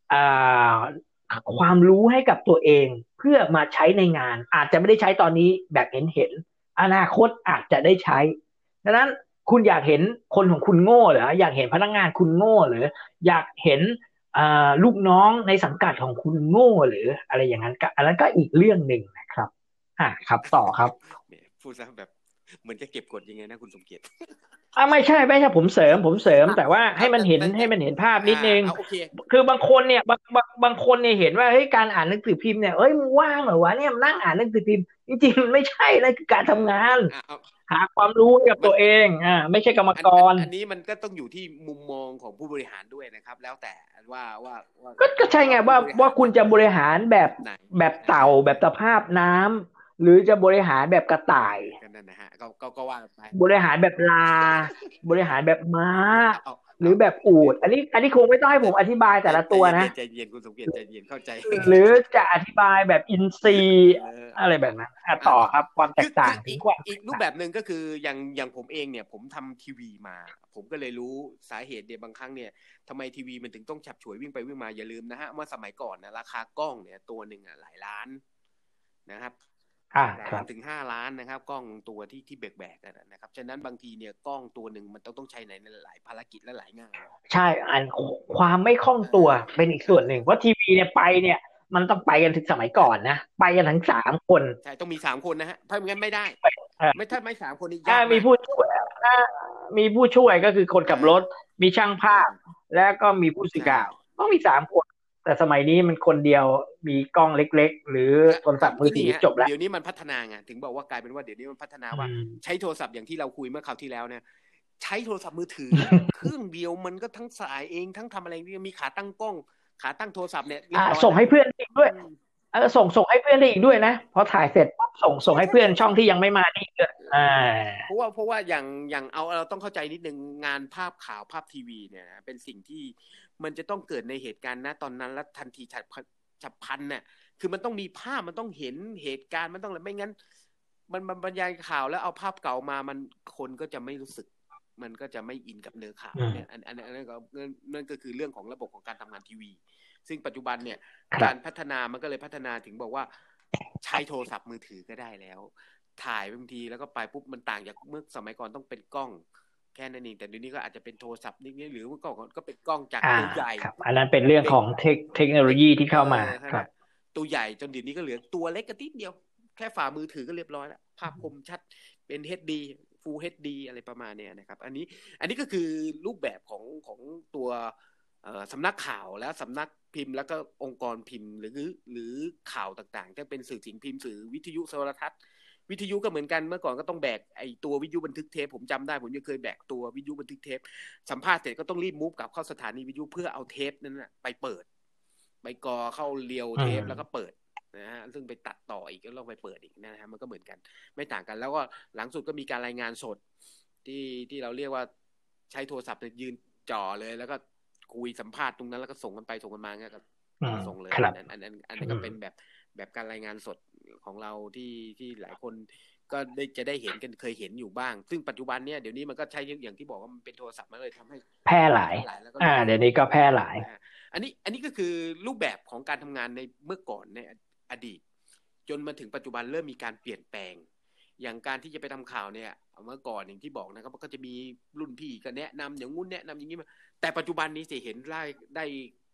ความรู้ให้กับตัวเองเพื่อมาใช้ในงานอาจจะไม่ได้ใช้ตอนนี้แบบเห็นเห็นอนาคตอาจจะได้ใช้ดังนั้นคุณอยากเห็นคนของคุณโง่เหรออยากเห็นพนักงานคุณโง่หรืออยากเห็นลูกน้องในสังกัดของคุณโง่หรืออะไรอย่างนั้นก็อันนั้นก็อีกเรื่องหนึ่งนะครับอ่ะครับต่อครับพูดซะแบบเหมือนจะเก็บกดยังไงนะคุณสมเกียรติอ่าไม่ใช่ไม่ใช่ผมเสริมผมเสริมแต่ว่าให้มันเห็นให้มันเห็นภาพนิดนึงคือบางคนเนี่ยบางบางบางคนเนี่ยเห็นว่าเฮ้ยการอ่านหนังสือพิมพ์เนี่ยเอ้ยมึงว่างเหรอวะเนี่ยนั่งอ่านหนังสือพิมพ์จริงๆมันไม่ใช่นั่นคือการทำงานหาความรู้กับตัวเองอ่าไม่ใช่กรรมกรอันนี้มันก็ต้องอยู่ที่มุมมองของผู้บริหารด้วยนะครับแล้วแต่ว่าว่าก็ใช่ไงว่าว่าคุณจะบริหารแบบแบบเต่าแบบตะภาพน้ำหรือจะบริหารแบบกระต่ายนั่นนะฮะก็ก็ก็ว่าไปบริหารแบบลาบริหารแบบม้าหรือแบบอูฐอันนี้อันนี้คงไม่ต้องให้ผมอธิบายแต่ละตัวนะใจเย็นคุณสมเกียรติใจเย็นเข้าใจหรือจะอธิบายแบบอินทรีย์อะไรแบบนั้นต่อครับความแตกต่างอีกอีกรูปแบบหนึ่งก็คืออย่างอย่างผมเองเนี่ยผมทำทีวีมาผมก็เลยรู้สาเหตุเดียบางครั้งเนี่ยทำไมทีวีมันถึงต้องฉับฉวยวิ่งไปวิ่งมาอย่าลืมนะฮะเมื่อสมัยก่อนนะราคากล้องเนี่ยตัวหนึ่งอ่ะหลายล้านนะครับอ่าถึงห้าล้านนะครับกล้องตัวที่ที่แบกๆนะครับฉะนั้นบางทีเนี่ยกล้องตัวหนึ่งมันต้องต้องใช้ในหลายภารกิจและหลายงานใช่อันความไม่คล่องตัวเป็นอีกส่วนหนึ่งเพราะทีวีเนี่ยไปเนี่ยมันต้องไปกันถึงสมัยก่อนนะไปกันทั้งสามคนใช่ต้องมีสามคนนะฮะเพราะงั้นไม่ได้ไม่ถ้าไม่สามคนนี้ยากมีผู้ช่วยมีผู้ช่วยก็คือคนขับรถมีช่างภาพแล้วก็มีผู้สื่อข่าวต้องมีสามคนแต่สมัยนี้มันคนเดียวมีกล้องเล็กๆหรือโทรศัพท์มือถือจบแล้วเดี๋ยวนี้มันพัฒนาไงถึงบอกว่ากลายเป็นว่าเดี๋ยวนี้มันพัฒนาว่าใช้โทรศัพท์อย่างที่เราคุยเมื่อคราวที่แล้วเนี่ยใช้โทรศัพท์มือถือเครื่องเดียวมันก็ทั้งสายเองทั้งทำอะไรมีขาตั้งกล้องขาตั้งโทรศัพท์เนี่ยส่งให้เพื่อนอีกด้วยเออส่งส่งให้เพื่อนได้อีกด้วยนะพอถ่ายเสร็จส่งส่งให้เพื่อนช่องที่ยังไม่มานี่ก็อ่าเพราะว่าเพราะว่าอย่างอย่างเอาเราต้องเข้าใจนิดนึงงานภาพข่าวภาพทีวีเนี่ยเป็นสิ่งที่มันจะต้องเกิดในเหตุการณ์ณตอนนั้นและทันทีฉับฉับพลันเนี่ยคือมันต้องมีภาพมันต้องเห็นเหตุการณ์มันต้องอะไรไม่งั้นมันมันบรรยายข่าวแล้วเอาภาพเก่ามามันคนก็จะไม่รู้สึกมันก็จะไม่อินกับเนื้อข่าวเนี่ยอันอันนั้นก็นั่นก็คือเรื่องของระบบของการทำงานทีวีซึ่งปัจจุบันเนี่ยการพัฒนามันก็เลยพัฒนาถึงบอกว่าใช้โทรศัพท์มือถือก็ได้แล้วถ่ายบางทีแล้วก็ไปปุ๊บมันต่างจากเมื่อสมัยก่อนต้องเป็นกล้องแค่นั้นเองแต่เดี๋ยวนี้ก็อาจจะเป็นโทรศัพท์นี่หรือว่าก็ก็เป็นกล้องจากตัวใหญ่อันนั้นเป็นเรื่องของเทคโนโลยีที่เข้ามาครับตัวใหญ่จนเดี๋ยวนี้ก็เหลือตัวเล็กกระติดเดียวแค่ฝ่ามือถือก็เรียบร้อยแล้วภาพคมชัดเป็น เอช ดี Full เอช ดี อะไรประมาณเนี้ยนะครับอันนี้อันนี้ก็คือรูปแบบของของตัวสำนักข่าวและสำนักพิมพ์แล้วก็องค์กรพิมพ์หรือหรือข่าวต่างๆจะเป็นสื่อสิ่งพิมพ์สื่อวิทยุโทรทัศน์วิทยุก็เหมือนกันเมื่อก่อนก็ต้องแบกไอ้ตัววิทยุบันทึกเทปผมจำได้ผมยังเคยแบกตัววิทยุบันทึกเทปสัมภาษณ์เสร็จก็ต้องรีบมูฟกลับเข้าสถานีวิทยุเพื่อเอาเทปนั้นนะไปเปิดไปกอเข้าเรียวเทปแล้วก็เปิดนะฮะซึ่งไปตัดต่ออีกแล้วลองไปเปิดอีกนะฮะมันก็เหมือนกันไม่ต่างกันแล้วก็หลังสุดก็มีการรายงานสดที่ที่เราเรียกว่าใช้โทรศัพท์ยืนจ่อเลยแล้วก็คุยสัมภาษณ์ตรงนั้นแล้วก็ส่งกันไปส่งกันมาเงี้ยก็ส่งเลยอันอันอันนี้ก็เป็นแบบแบบการรายงานสดของเราที่ที่หลายคนก็ได้จะได้เห็นกันเคยเห็นอยู่บ้างซึ่งปัจจุบันเนี่ยเดี๋ยวนี้มันก็ใช้อย่างที่บอกว่ามันเป็นโทรศัพท์มันเลยทำให้แพร่หลายอ่าเดี๋ยวนี้ก็แพร่หลายอันนี้อันนี้ก็คือรูปแบบของการทำงานในเมื่อก่อนในอดีตจนมาถึงปัจจุบันเริ่มมีการเปลี่ยนแปลงอย่างการที่จะไปทำข่าวเนี่ยเมื่อก่อนอย่างที่บอกนะครับก็จะมีรุ่นพี่ก็แนะนำอย่างงู้นแนะนำอย่างนี้มาแต่ปัจจุบันนี้จะเห็นได้ได้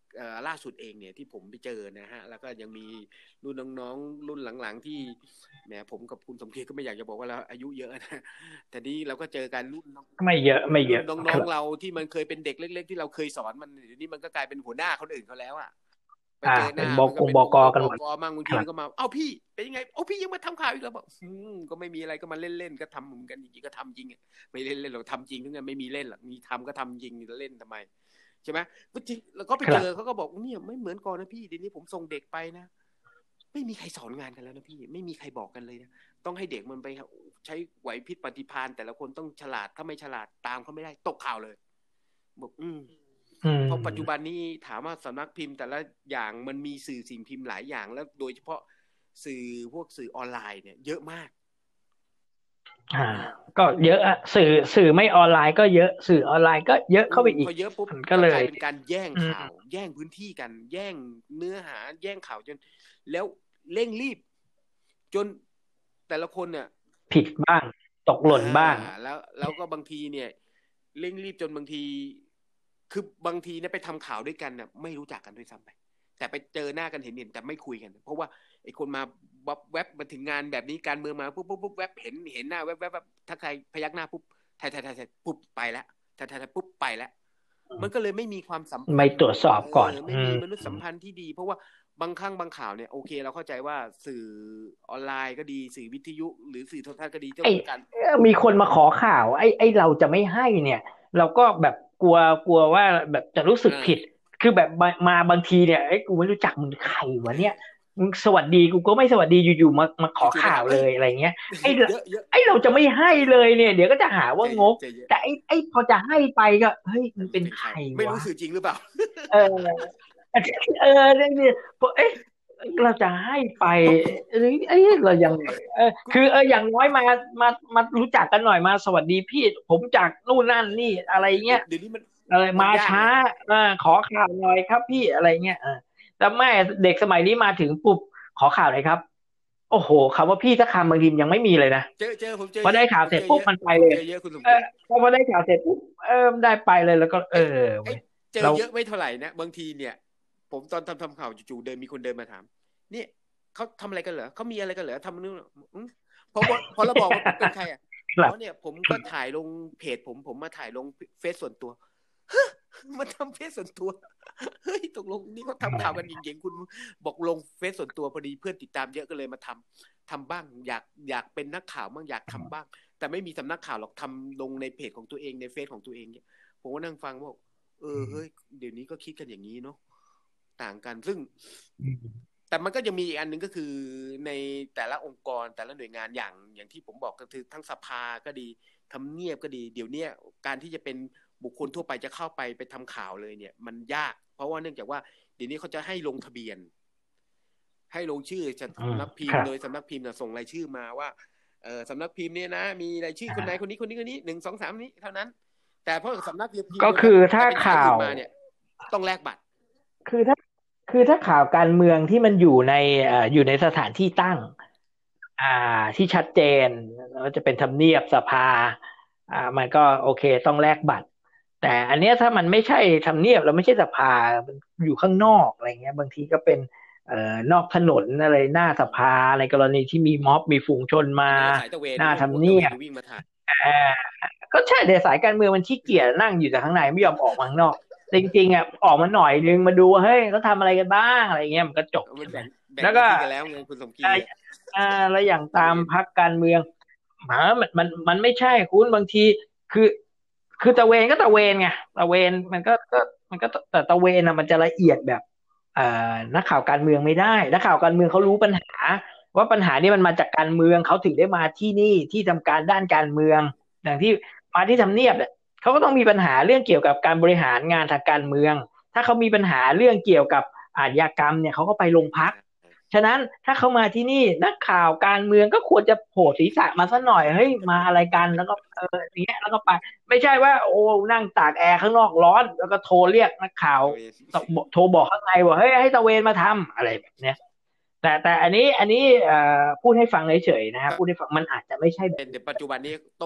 เอ่อล่าสุดเองเนี่ยที่ผมไปเจอนะฮะแล้วก็ยังมีรุ่นน้องๆรุ่นหลังๆที่แหมผมกับคุณสมเกียรติก็ไม่อยากจะบอกว่าเราอายุเยอะนะแต่นี้เราก็เจอกันรุ่นน้องไม่เยอะไม่เยรุ่นอะน้องๆเราที่มันเคยเป็นเด็กเล็กๆที่เราเคยสอนมันเดี๋ยวนี้มันก็กลายเป็นหัวหน้าคนอื่นเขาแล้วอ่ะไปอ่าเจอหเป็นน้าบมันกก็งเป็นบบกกกันหมดบกมั่งบางคทีรับมันก็มาเอ้าพี่เป็นยังไงเอ้าพี่ยังมาทำข่าวอีกแล้วบอกอืมก็ไม่มีอะไรก็มาเล่นๆก็ทำเหมือนกันจริงๆก็ทำจริงอะไม่เล่นๆหรอกทำจริงทั้งนั้นไม่มีเล่นหรอกมีทำก็ทำจริงเล่นทำไมใช่ไหมก็จริงแล้วก็ไปครัเจบอเขาก็บอกเนี่ยไม่เหมือนก่อนนะพี่เดี๋ยวนี้ผมส่งเด็กไปนะไม่มีใครสอนงานกันแล้วนะพี่ไม่มีใครบอกกันเลยนะต้องให้เด็กมันไปใช้ไหวพริบปฏิภาณแต่ละคนต้องฉลาดถ้าไม่ฉลาดตามเขาไม่ได้ตกข่าวเลยบอกอืมอืมเพราะปัจจุบันนี้ถามว่าสำนักพิมพ์แต่ละอย่างมันมีสื่อสิ่งพิมพ์หลายอย่างแล้วโดยเฉพาะสื่อพวกสื่อออนไลน์เนี่ยเยอะมากอ่า ก็เยอะอะสื่อสื่อไม่ออนไลน์ก็เยอะสื่อออนไลน์ก็เยอะอืเข้าไปมอีพกอเยอะปุ๊บมันก็ก็เลกลายยเป็นการแย่งอืมข่าว แย่งพื้นที่กัน แย่งเนื้อหา แย่งข่าวจน แล้วเร่งรีบ จนแต่ละคนเนี่ยผิดบ้างตกหล่นบ้างอ่าแล้วแล้วก็บางทีเนี่ยเร่งรีบจนบางที คือบางทีเนี่ยไปทำข่าวด้วยกันเนี่ยไม่รู้จักกันด้วยซ้ำไปแต่ไปเจอหน้ากันเห็นเห็นแต่ไม่คุยกัน เพราะว่าไอ้คนมาวับแวบมาถึงงานแบบนี้การเมืองมาปุ๊บปุ๊บปุ๊บแวบเห็นเห็นหน้าแวบแวบแวบถ้าใครพยักหน้าปุ๊บถ่ายถ่ายถ่ายถ่ายปุ๊บไปแล้วถ่ายถ่ายถ่ายปุ๊บไปแล้วมันก็เลยไม่มีความสัมพันธ์ไม่ตรวจสอบก่อนเไม่มีมนุษยสัมพันธ์ที่ดี เพราะว่าบางครั้งบางข่าวเนี่ยโอเคเราเข้าใจว่าสื่อออนไลน์ก็ดีสื่อวิทยุ หรือสื่อโทรทัศน์ก็ดีต้องไอ้การเอ่อมีคนมาขอข่าวไอ้ไอ้เราจะไม่ให้เนี่ย เราก็แบบกลัวกลัวว่าแบบจะรู้สึกอ่าผิด คือแบบมามาบางทีเนี่ยไอ้ยกูไม่รู้จักมึงใครวะเนี่ยมึงสวัสดีกูก็ไม่สวัสดีอยู่ๆมามาขอจู่ๆมาข่าถาว มเลเอ้ยยอะไรเงี้ยไอ้เยอะเยอะไอ้เราจะไม่ให้เลยเนี่ย เดี๋ยวก็จะหาว่าใจงเย็นกใจเย็นแต่ไอ้ไอ้พอจะให้ไปก็เฮ้ยมันเป็นเป็นใคใครรไม่วะรู้สื่อจริงหรือเปล่าเออเออเนี่ยเนี่ยพอเอ๊ะเราจะให้ไปเอ้ยเอ้ยเรายังไงเออคือเอออย่างน้อยมามามารู้จักกันหน่อยมาสวัสดีพี่ ผมจากนู่นนั่นนี่อะไรเงี้ยเดี๋ยวนี้มันอะไรมันมายากช้านะเออขอข่าวหน่อยครับพี่อะไรเงี้ยเออแต่แม่เด็กสมัยนี้มาถึงปุ๊บขอข่าวหน่อยครับ โอ้โหคำว่าพี่สักคำบางทียังไม่มีเลยนะเจอเจอผมเจอพอเยได้อะข่าวผมเสร็จเจอปุ๊บเยอะมันไปผมเลยเจอเยอะคุณสมเอเกียอรติพอพอได้ข่าวเสร็จปุ๊บเออได้ไปเลยแล้วก็ เออไอ้เว้ยเจอเราเยอะไม่เท่าไหร่นะบางทีเนี่ย ผมตอนทำทำข่าวจู่ๆเดินมีคนเดินมาถาม เนี่ยเขาทำอะไรกันเหรอเขามีอะไรกันเหรอทำนู่นอืมพอพอเราบอกว่าเป็นใครอ่ะครับอ๋อเนี่ยผมก็ถ่ายลงเพจผมผมมาถ่ายลงเฟซส่วนตัวมาทำเฟซส่วนตัวเฮ้ยตกลงนี่เขาทำข่าวกันจริงๆคุณบอกลงเฟซส่วนตัวพอดีเพื่อนติดตามเยอะก็เลยมาทำทำบ้าง อยากอยากเป็นนักข่าวบ้างอยากทำบ้าง แต่ไม่มีสำนักข่าวหรอกทำลงในเพจของตัวเองในเฟซของตัวเองเนี่ยผมก็นั่งฟังว่าเออเฮ้ยเดี๋ยวนี้ก็คิดกันอย่างนี้เนาะต่างกันซึ่ง แต่มันก็ยังมีอีกอันหนึ่งก็คือในแต่ละองค์กรแต่ละหน่วยงานอย่างอย่างที่ผมบอกก็คือทั้งสภาก็ดีทำเนียบก็ดีเดี๋ยวนี้การที่จะเป็นบุคคลทั่วไปจะเข้าไปไปทำข่าวเลยเนี่ยมันยากเพราะว่าเนื่องจากว่าเดี๋ยวนี้เขาจะให้ลงทะเบียน ให้ลงชื่อสำนักพิมพ์โดยสำนักพิมพ์ส่งรายชื่อมาว่าเออสำนักพิมพ์เนี่ยนะมีรายชื่อคนไหนคนนี้คนนี้คนนี้หนึ่งสองสามนี้เท่านั้นแต่เพราะสำนักพิมพ์ก็คือถ้าเป็นข่าวมาเนี่ยต้องแลกบัตรคือถ้าคือถ้าข่าวการเมืองที่มันอยู่ในเอ่ออยู่ในสถานที่ตั้ง อ่าที่ชัดเจนว่าจะเป็นทำเนียบสภาอ่ามันก็โอเคต้องแลกบัตร แต่อันเนี้ยถ้ามันไม่ใช่ทำเนียบแล้วไม่ใช่สภามันอยู่ข้างนอกอะไรเงี้ยบางทีก็เป็นเอ่อนอกถนนอะไรหน้าสภาในกรณีที่มีม็อบมีฝูงชนมาสายตะเวนหน้าทำเนียบวิ่งมาถ่ายอ่าก็ใช่แต่สายการเมืองมันขี้เกียจนั่งอยู่แต่ข้างในไม่ยอมออกมาข้างนอกจริงๆอ่ะออกมาหน่อยนึงมาดูว่าเฮ้ยเขาทำอะไรกันบ้างอะไรเงี้ยมันก็จบมันใช่ไหมแบ่งแบ่งแล้วก็หน้าที่กันแล้วไงคุณสมกีอ่าอ่าแล้วอย่างตามพรรคการเมืองหามันมันมันไม่ใช่คุณบางทีคือ คือตะเวนก็ตะเวนไงตะเวนมันก็ก็มันก็แต่ตะเวนอ่ะมันจะละเอียดแบบเอ่อนักข่าวการเมืองไม่ได้นักข่าวการเมืองเขารู้ปัญหา ว่าปัญหานี้มันมาจากการเมืองเขาถึงได้มาที่นี่ที่ทำการด้านการเมืองอย่างที่มาที่ทำเนียบเนี่ยเขาก็ต้องมีปัญหาเรื่องเกี่ยวกับการบริหารงานทางการเมือง ถ้าเขามีปัญหาเรื่องเกี่ยวกับอาชญากรรมเนี่ยเขาก็ไปโรงพักฉะนั้นถ้าเขามาที่นี่นักข่าวการเมืองก็ควรจะโผล่ศีรษะมาสักหน่อยเฮ้ยมาอะไรกันแล้วก็เอออย่างเงี้ยแล้วก็ไปไม่ใช่ว่าโอ้นั่งตากแอร์ข้างนอกร้อนแล้วก็โทรเรียกนักข่าวโทรบอกข้างในว่าเฮ้ยให้ตะเวนมาทำอะไรแบบเนี้ยแต่แต่อันนี้อันนี้เอ่อพูดให้ฟังเฉยๆนะครับพูดให้ฟังมันอาจจะไม่ใช่แบบเป็นแต่ปัจจุบันนี้ต้อง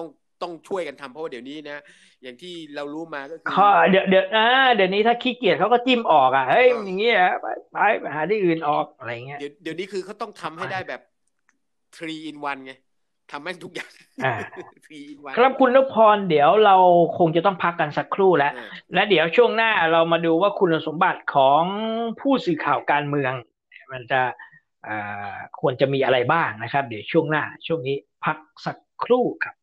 ต้องช่วยกันทำเพราะว่าเดี๋ยวนี้นะอย่างที่เรารู้มาก็คือเดี๋ยวเดี๋ยวอ่าเดี๋ยวนี้ถ้าขี้เกียจเขาก็จิ้มออกอ่ะเฮ้ยอย่างเงี้ยไปไปไปหาที่อื่นออกอะไรเงี้ยเดี๋ยวเดี๋ยวนี้คือเขาต้องทำให้ได้แบบ three in one ไงทำแม่งทุกอย่าง three in one ครับคุณนพพรเดี๋ยวเราคงจะต้องพักกันสักครู่แล้วและเดี๋ยวช่วงหน้าเรามาดูว่าคุณสมบัติของผู้สื่อข่าวการเมืองมันจะอ่าควรจะมีอะไรบ้างนะครับเดี๋ยวช่วงหน้าช่วงนี้พักสักครู่ครับ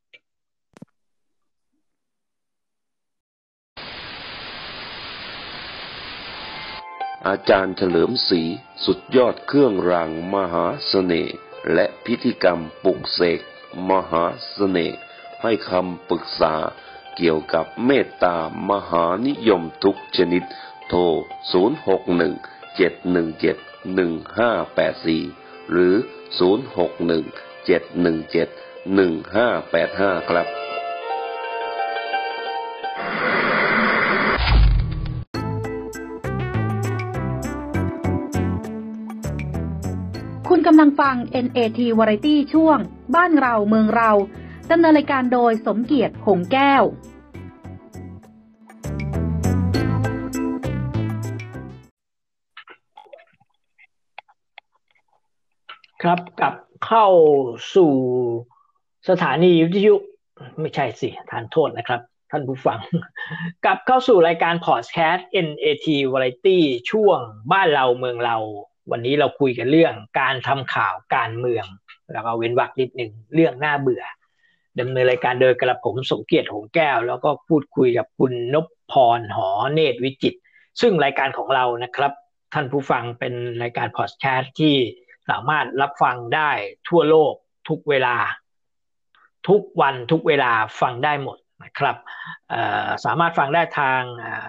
อาจารย์เฉลิมศรีสุดยอดเครื่องรางมหาเสน่ห์และพิธีกรรมปลุกเสกมหาเสน่ห์ให้คำปรึกษาเกี่ยวกับเมตตามหานิยมทุกชนิดโทรศูนย์ หก หนึ่ง เจ็ด หนึ่ง เจ็ด หนึ่ง ห้า แปด สี่หรือศูนย์ หก หนึ่ง เจ็ด หนึ่ง เจ็ด หนึ่ง ห้า แปด ห้าครับคุณกำลังฟัง เอ็น เอ ที Variety ช่วงบ้านเราเมืองเราดำเนินรายการโดยสมเกียรติหงแก้วครับกลับเข้าสู่สถานีวิทยุไม่ใช่สิทานโทษนะครับท่านผู้ฟังกลับเข้าสู่รายการพอดแคสต์ เอ็น เอ ที Variety ช่วงบ้านเราเมืองเราวันนี้เราคุยกันเรื่องการทำข่าวการเมืองแล้วก็เว้นวรรคนิดหนึ่งเรื่องน่าเบื่อดำเนินรายการโดยกระผมสมเกียรติหงแก้วแล้วก็พูดคุยกับคุณนพพรหอเนตรวิจิตรซึ่งรายการของเรานะครับท่านผู้ฟังเป็นรายการพอดแคสต์ที่สามารถรับฟังได้ทั่วโลกทุกเวลาทุกวันทุกเวลาฟังได้หมดนะครับสามารถฟังได้ทาง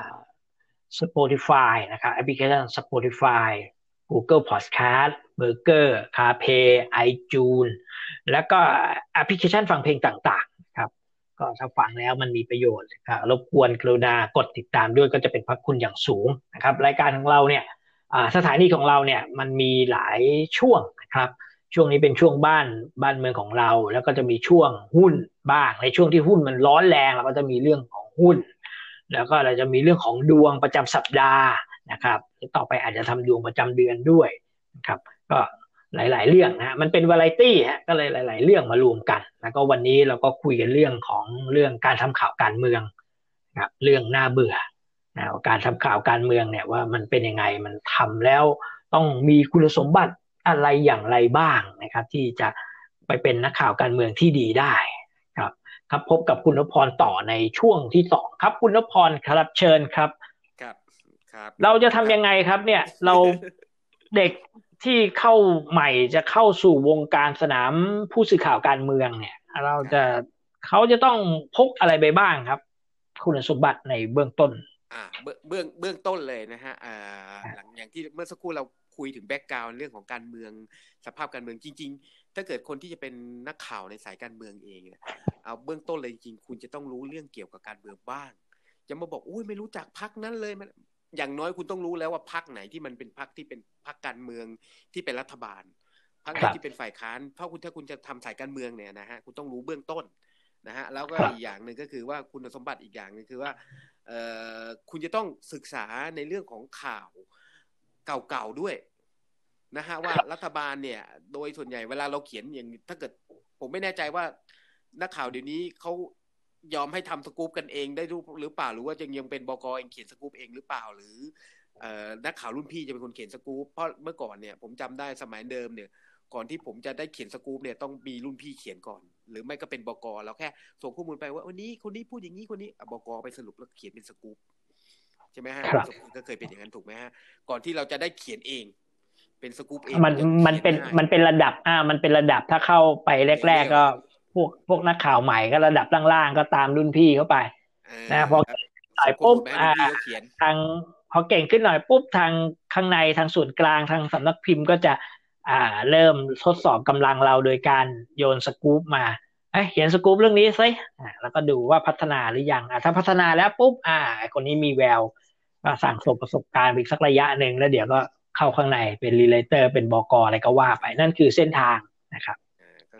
Spotify นะครับแอปพลิเคชัน Spotify Google Podcast Breaker CarPlay iTunes แล้วก็แอปพลิเคชันฟังเพลงต่างๆครับก็ถ้าฟังแล้วมันมีประโยชน์รบกวนกรุณากดติดตามด้วยก็จะเป็นพระคุณอย่างสูงนะครับรายการของเราเนี่ยสถานีของเราเนี่ยมันมีหลายช่วงนะครับช่วงนี้เป็นช่วงบ้านบ้านเมืองของเราแล้วก็จะมีช่วงหุ้นบ้างในช่วงที่หุ้นมันร้อนแรงเราก็จะมีเรื่องของหุ้นแล้วก็เราจะมีเรื่องของดวงประจำสัปดาห์นะครับต่อไปอาจจะทำดวงประจำเดือนด้วยนะครับก็หลายๆเรื่องนะมันเป็นวาไรตี้ฮะก็เลยหลายๆเรื่องมารวมกันแล้วก็วันนี้เราก็คุยกันเรื่องของเรื่องการทำข่าวการเมืองนะครับเรื่องน่าเบื่อนะการทำข่าวการเมืองเนี่ยว่ามันเป็นยังไงมันทำแล้วต้องมีคุณสมบัติอะไรอย่างไรบ้างนะครับที่จะไปเป็นนักข่าวการเมืองที่ดีได้ครับครับพบกับคุณนพพรต่อในช่วงที่สองครับคุณนพพรครับเชิญครับครับครับเราจะทำยังไงครับเนี่ยเราเด็กที่เข้าใหม่จะเข้าสู่วงการสนามผู้สื่อข่าวการเมืองเนี่ยเราจะเขาจะต้องพกอะไรไปบ้างครับคุณสมบัติในเบื้องต้นอ่าเบื้องเบื้องเบื้องต้นเลยนะฮะอ่าหลังอย่างที่เมื่อสักครู่เราคุยถึงแบ็คกราวด์เรื่องของการเมืองสภาพการเมืองจริงๆถ้าเกิดคนที่จะเป็นนักข่าวในสายการเมืองเองเอาเบื้องต้นเลยจริงๆคุณจะต้องรู้เรื่องเกี่ยวกับการเมืองบ้างจะมาบอกอุ้ยไม่รู้จักพรรคนั้นเลยมันอย่างน้อยคุณต้องรู้แล้วว่าพรรคไหนที่มันเป็นพรรคที่เป็นพรรคการเมืองที่เป็นรัฐบาลพรรคไหนที่เป็นฝ่ายค้านเพราะคุณถ้าคุณจะทำสายการเมืองเนี่ยนะฮะคุณต้องรู้เบื้องต้นนะฮะแล้วก็อีกอย่างหนึ่งก็คือว่าคุณสมบัติอีกอย่างนึงคือว่าเอ่อคุณจะต้องศึกษาในเรื่องของข่าวเก่าๆด้วยนะฮะว่ารัฐบาลเนี่ยโดยส่วนใหญ่เวลาเราเขียนอย่างถ้าเกิดผมไม่แน่ใจว่านักข่าวเดี๋ยวนี้เขายอมให้ทำสกู๊ปกันเองได้หรือเปล่าหรือว่ายังยังเป็นบก.เองเขียนสกู๊ปเองหรือเปล่าหรือเอ่อนักข่าวรุ่นพี่จะเป็นคนเขียนสกู๊ปเพราะเมื่อก่อนเนี่ยผมจำได้สมัยเดิมเนี่ยก่อนที่ผมจะได้เขียนสกู๊ปเนี่ยต้องมีรุ่นพี่เขียนก่อนหรือไม่ก็เป็นบก.แล้วแค่ส่งข้อมูลไปว่าวันนี้คนนี้พูดอย่างนี้คนนี้บก.ไปสรุปแล้วเขียนเป็นสกู๊ปใช่ไหมฮะก็เคยเป็นอย่างนั้นถูกไหมฮะก่อนที่เราจะได้เขียนเองเป็นสกู๊ปเองมันมันเป็นมันเป็นระดับอ่ามันเป็นระดับถ้าเข้าไปแรกๆก็พวกพวกนักข่าวใหม่ก็ระดับล่างๆก็ตามรุ่นพี่เข้าไปนะพอหน่อยปุ๊บอ่าทางพอเก่งขึ้นหน่อยปุ๊บทางข้างในทางส่วนกลางทางสำนักพิมพ์ก็จะอ่าเริ่มทดสอบกำลังเราโดยการโยนสกู๊ปมาเอ้ยเขียนสกู๊ปเรื่องนี้ซิอ่าแล้วก็ดูว่าพัฒนาหรือยังอ่าถ้าพัฒนาแล้วปุ๊บอ่าคนนี้มีแววก็สั่งสมประสบการณ์อีกสักระยะหนึ่งแล้วเดี๋ยวก็เข้าข้างในเป็นรีเลเตอร์เป็นบก.อะไรก็ว่าไปนั่นคือเส้นทางนะครับ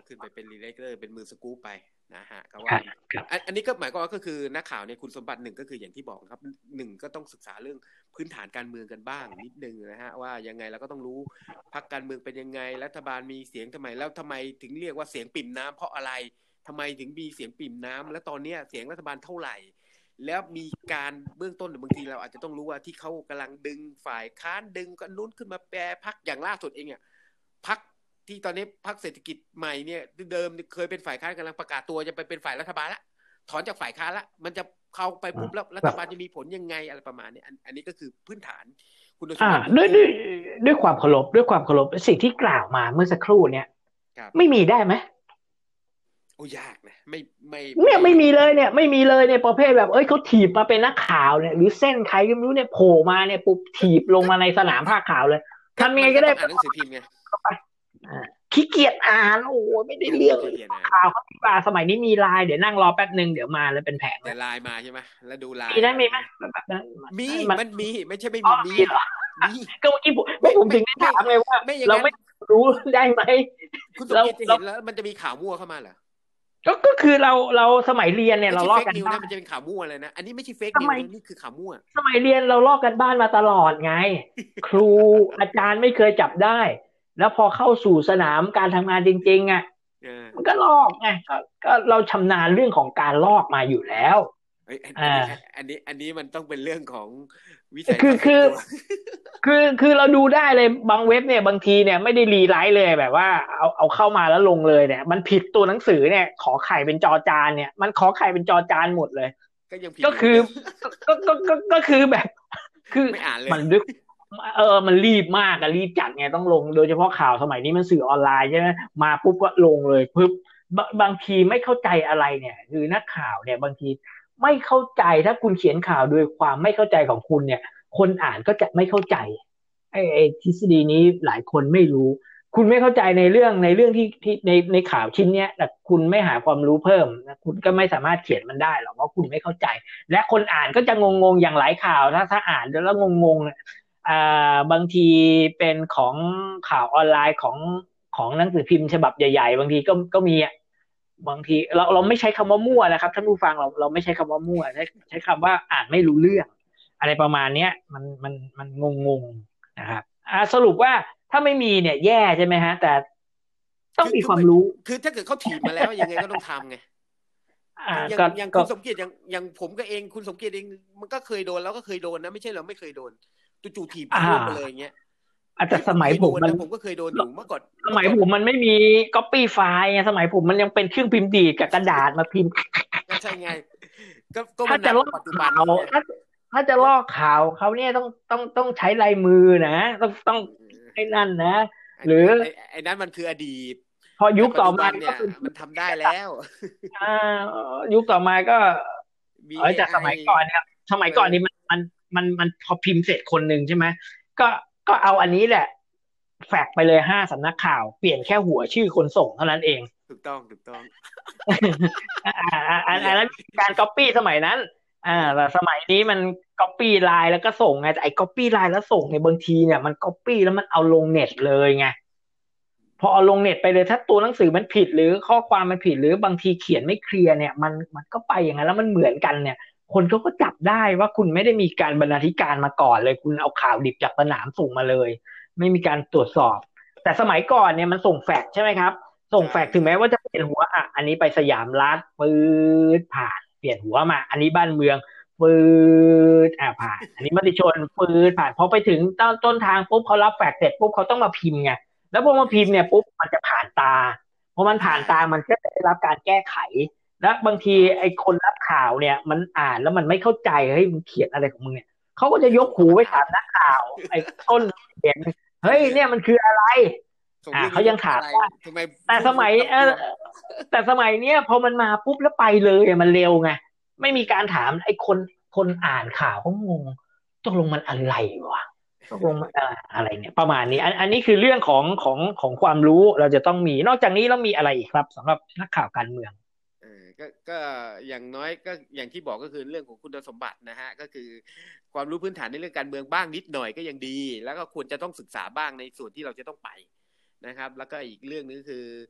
ขึ้นไปเป็นรีเลเกอร์เป็นมือสกู๊ปไปนะฮะก็ว่าอันนี้ก็หมายความว่าก็คือนักข่าวเนี่ยคุณสมบัติหนึ่งก็คืออย่างที่บอกครับหนึ่งก็ต้องศึกษาเรื่องพื้นฐานการเมืองกันบ้างนิดนึงนะฮะว่ายังไงเราก็ต้องรู้พรรคการเมืองเป็นยังไงรัฐบาลมีเสียงทำไมแล้วทำไมถึงเรียกว่าเสียงปิ่มน้ำเพราะอะไรทำไมถึงมีเสียงปิ่มน้ำแล้วตอนนี้เสียงรัฐบาลเท่าไหร่แล้วมีการเบื้องต้นบางทีเราอาจจะต้องรู้ว่าที่เขากำลังดึงฝ่ายค้านดึงกันนู้นขึ้นมาแปรพรรคอย่างล่าสุดเองอ่ะพรรคที่ตอนนี้พรรคเศรษฐกิจใหม่เนี่ยเดิมเคยเป็นฝ่ายค้านกำลังประกาศตัวจะไปเป็นฝ่ายรัฐบาลละถอนจากฝ่ายค้านละมันจะเข้าไปปุ๊บแล้วรัฐบาลจะมีผลยังไงอะไรประมาณนี้อันนี้ก็คือพื้นฐานคุณสมบัติด้วยด้วยด้วยความเคารพด้วยความเคารพสิ่งที่กล่าวมาเมื่อสักครู่เนี่ยไม่มีได้ไหมโอ้ยากนะไม่ไม่เนี่ยไม่มีเลยเนี่ยไม่มีเลยเนี่ยประเภทแบบเอ้ยเขาถีบมาเป็นนักข่าวเนี่ยหรือเส้นใครก็ไม่รู้เนี่ยโผล่มาเนี่ยปุ๊บถีบลงมาในสนามภาคข่าวเลยทำยังไงก็ได้อ่านหนังสือพิมพ์ไงขี้เกียจอ่านโอ้ยไม่ได้เรื่องข่าวเขาที่ว่าสมัยนี้มีไลน์เดี๋ยวนั่งรอแป๊บนึงเดี๋ยวมาแล้วเป็นแผงเดี๋ยวไลน์มาใช่ไหมแล้วดูไลน์มีได้มีไหมมีมันมีไม่ใช่ไม่มีมีมีก็เมื่อกี้ผมผมถึงได้ถามไงว่าเราไม่รู้ได้ไหมคุณสมเกียรติจะเห็นแล้วมันจะมีข่าวมั่วเข้ามาเหรอก็ก็คือเราเราสมัยเรียนเนี่ยเราลอกกันบ้านมันจะเป็นข่าวมั่วเลยนะอันนี้ไม่ใช่เฟกนิวส์นี่คือข่าวมั่วสมัยเรียนเราลอกกันบ้านมาตลอดไงครูอาจารย์ไม่เคยจับได้แล้วพอเข้าสู่สนามการทำงานจริงๆอ่ะมันก็ลอกไงก็ก็เราชำนาญเรื่องของการลอกมาอยู่แล้วอ่าอันนี้อันนี้มันต้องเป็นเรื่องของวิจัยคือคือคือคือเราดูได้เลยบางเว็บเนี่ยบางทีเนี่ยไม่ได้รีไลท์เลยแบบว่าเอาเอาเข้ามาแล้วลงเลยเนี่ยมันผิดตัวหนังสือเนี่ยขอไข่เป็นจอจานเนี่ยมันขอไข่เป็นจอจานหมดเลยก็ยังผิดก็คือก็ก็ก็ก็คือแบบคือมันดึกเออมันรีบมากอะรีบจัดไงต้องลงโดยเฉพาะข่าวสมัยนี้มันสื่อออนไลน์ใช่ไหมมาปุ๊บก็ลงเลยปุ๊บบางทีไม่เข้าใจอะไรเนี่ยคือนักข่าวเนี่ยบางทีไม่เข้าใจถ้าคุณเขียนข่าวโดยความไม่เข้าใจของคุณเนี่ยคนอ่านก็จะไม่เข้าใจไอ้ไอ้ทฤษฎีนี้หลายคนไม่รู้คุณไม่เข้าใจในเรื่องในเรื่องที่ที่ในในข่าวชิ้นเนี้ยแต่คุณไม่หาความรู้เพิ่มนะคุณก็ไม่สามารถเขียนมันได้หรอกเพราะคุณไม่เข้าใจและคนอ่านก็จะงงๆอย่างหลายข่าวถ้าถ้าอ่านแล้วงงๆอ่าบางทีเป็นของข่าวออนไลน์ของของหนังสือพิมพ์ฉบับใหญ่ๆบางทีก็ก็มีอ่ะบางทีเราเราไม่ใช้คำว่ามั่วนะครับท่านผู้ฟังเราเราไม่ใช้คำว่ามั่วใช้ใช้คำว่าอ่านไม่รู้เรื่องอะไรประมาณเนี้ยมันมันมันงงงนะครับอ่าสรุปว่าถ้าไม่มีเนี่ยแย่ใช่ไหมฮะแต่ต้องมีความรู้คือถ้าเกิดเขาถีบมาแล้วยังไงก็ต้องทำไงอย่างอย่างคุณสมเกียรติอย่างอย่างผมก็เองคุณสมเกียรติเองมันก็เคยโดนแล้วก็เคยโดนนะไม่ใช่เราไม่เคยโดนจู่ๆถีบพุ่งไปเลยอย่างเงี้ยอาจจะสมัยผมมันผมก็เคยโดนอยู่เมื่อก่อนสมัยผมมันไม่มี copy file ไงสมัยผมมันยังเป็นเครื่องพิมพ์ดีดกับกระดาษมาพิมพ์ก็ใช่ไงก็ก็ถ้าจะลอกปัจจุบันถ้าถ้าจะลอกข่าวเขาเนี่ยต้องต้องต้องใช้ลายมือนะต้องต้องไอ้นั่นนะหรือไอ้นั้นมันคืออดีตพอยุคต่อมาเนี่ยมันทำได้แล้วอ่ายุคต่อมาก็เออจากสมัยก่อนเนี่ยสมัยก่อนนี่มันมันมันมันพอพิมพ์เสร็จคนหนึ่งใช่ไหมก็ก็เอาอันนี้แหละแฟกไปเลยห้าสำนักข่าวเปลี่ยนแค่หัวชื่อคนส่งเท่านั้นเองถูกต้องถูกต้องอ่าอันนั้นการก๊อปปี้สมัยนั้นอ่าแต่สมัยนี้มันก๊อปปี้ไลน์แล้วก็ส่งไงแต่ไอ้ก๊อปปี้ไลน์แล้วส่งในบางทีเนี่ยมันก๊อปปี้แล้วมันเอาลงเน็ตเลยไงพอเอาลงเน็ตไปเลยถ้าตัวหนังสือมันผิดหรือข้อความมันผิดหรือบางทีเขียนไม่เคลียร์เนี่ยมันมันก็ไปอย่างนั้นแล้วมันเหมือนกันเนี่ยคนเขาก็จับได้ว่าคุณไม่ได้มีการบรรณาธิการมาก่อนเลยคุณเอาข่าวดิบจากสนามส่งมาเลยไม่มีการตรวจสอบแต่สมัยก่อนเนี่ยมันส่งแฟกซ์ใช่ไหมครับส่งแฟกซ์ถึงแม้ว่าจะเปลี่ยนหัวอ่ะอันนี้ไปสยามรัฐปื๊ดผ่านเปลี่ยนหัวมาอันนี้บ้านเมืองปื๊ดอ่ะผ่านอันนี้มติชนปื๊ดผ่านพอไปถึงต้นต้นทางปุ๊บเขารับแฟกซ์เสร็จปุ๊บเขาต้องมาพิมพ์ไงแล้วพอมาพิมพ์เนี่ยปุ๊บมันจะผ่านตาพอมันผ่านตามันก็จะได้รับการแก้ไขแล้วบางทีไอ้คนรับข่าวเนี่ยมันอ่านแล้วมันไม่เข้าใจเฮ้ยมึงเขียนอะไรของมึงเนี่ยเขาก็จะยกหูไปถามนักข่าวไอ้ต้นเขียนเฮ้ยเนี่ยมันคืออะไรอ่าเขายังถามว่าแต่สมัยเออแต่สมัยเนี้ยพอมันมาปุ๊บแล้วไปเลยมันเร็วไงไม่มีการถามไอ้คนคนอ่านข่าวเขางงตกลงมันอะไรวะตกลงมันอะไรเนี่ยประมาณนี้อันอันนี้คือเรื่องของของของความรู้เราจะต้องมีนอกจากนี้เรามีอะไรอีกครับสำหรับนักข่าวการเมืองเออก็ก็อย่างน้อยก็อย่างที่บอกก็คือเรื่องของคุณสมบัตินะฮะก็คือความรู้พื้นฐานในเรื่องการเมืองบ้างนิดหน่อยก็ยังดีแล้วก็ควรจะต้องศึกษาบ้างในส่วนที่เราจะต้องไปนะครับแล้วก็อีกเรื่องนึงคือ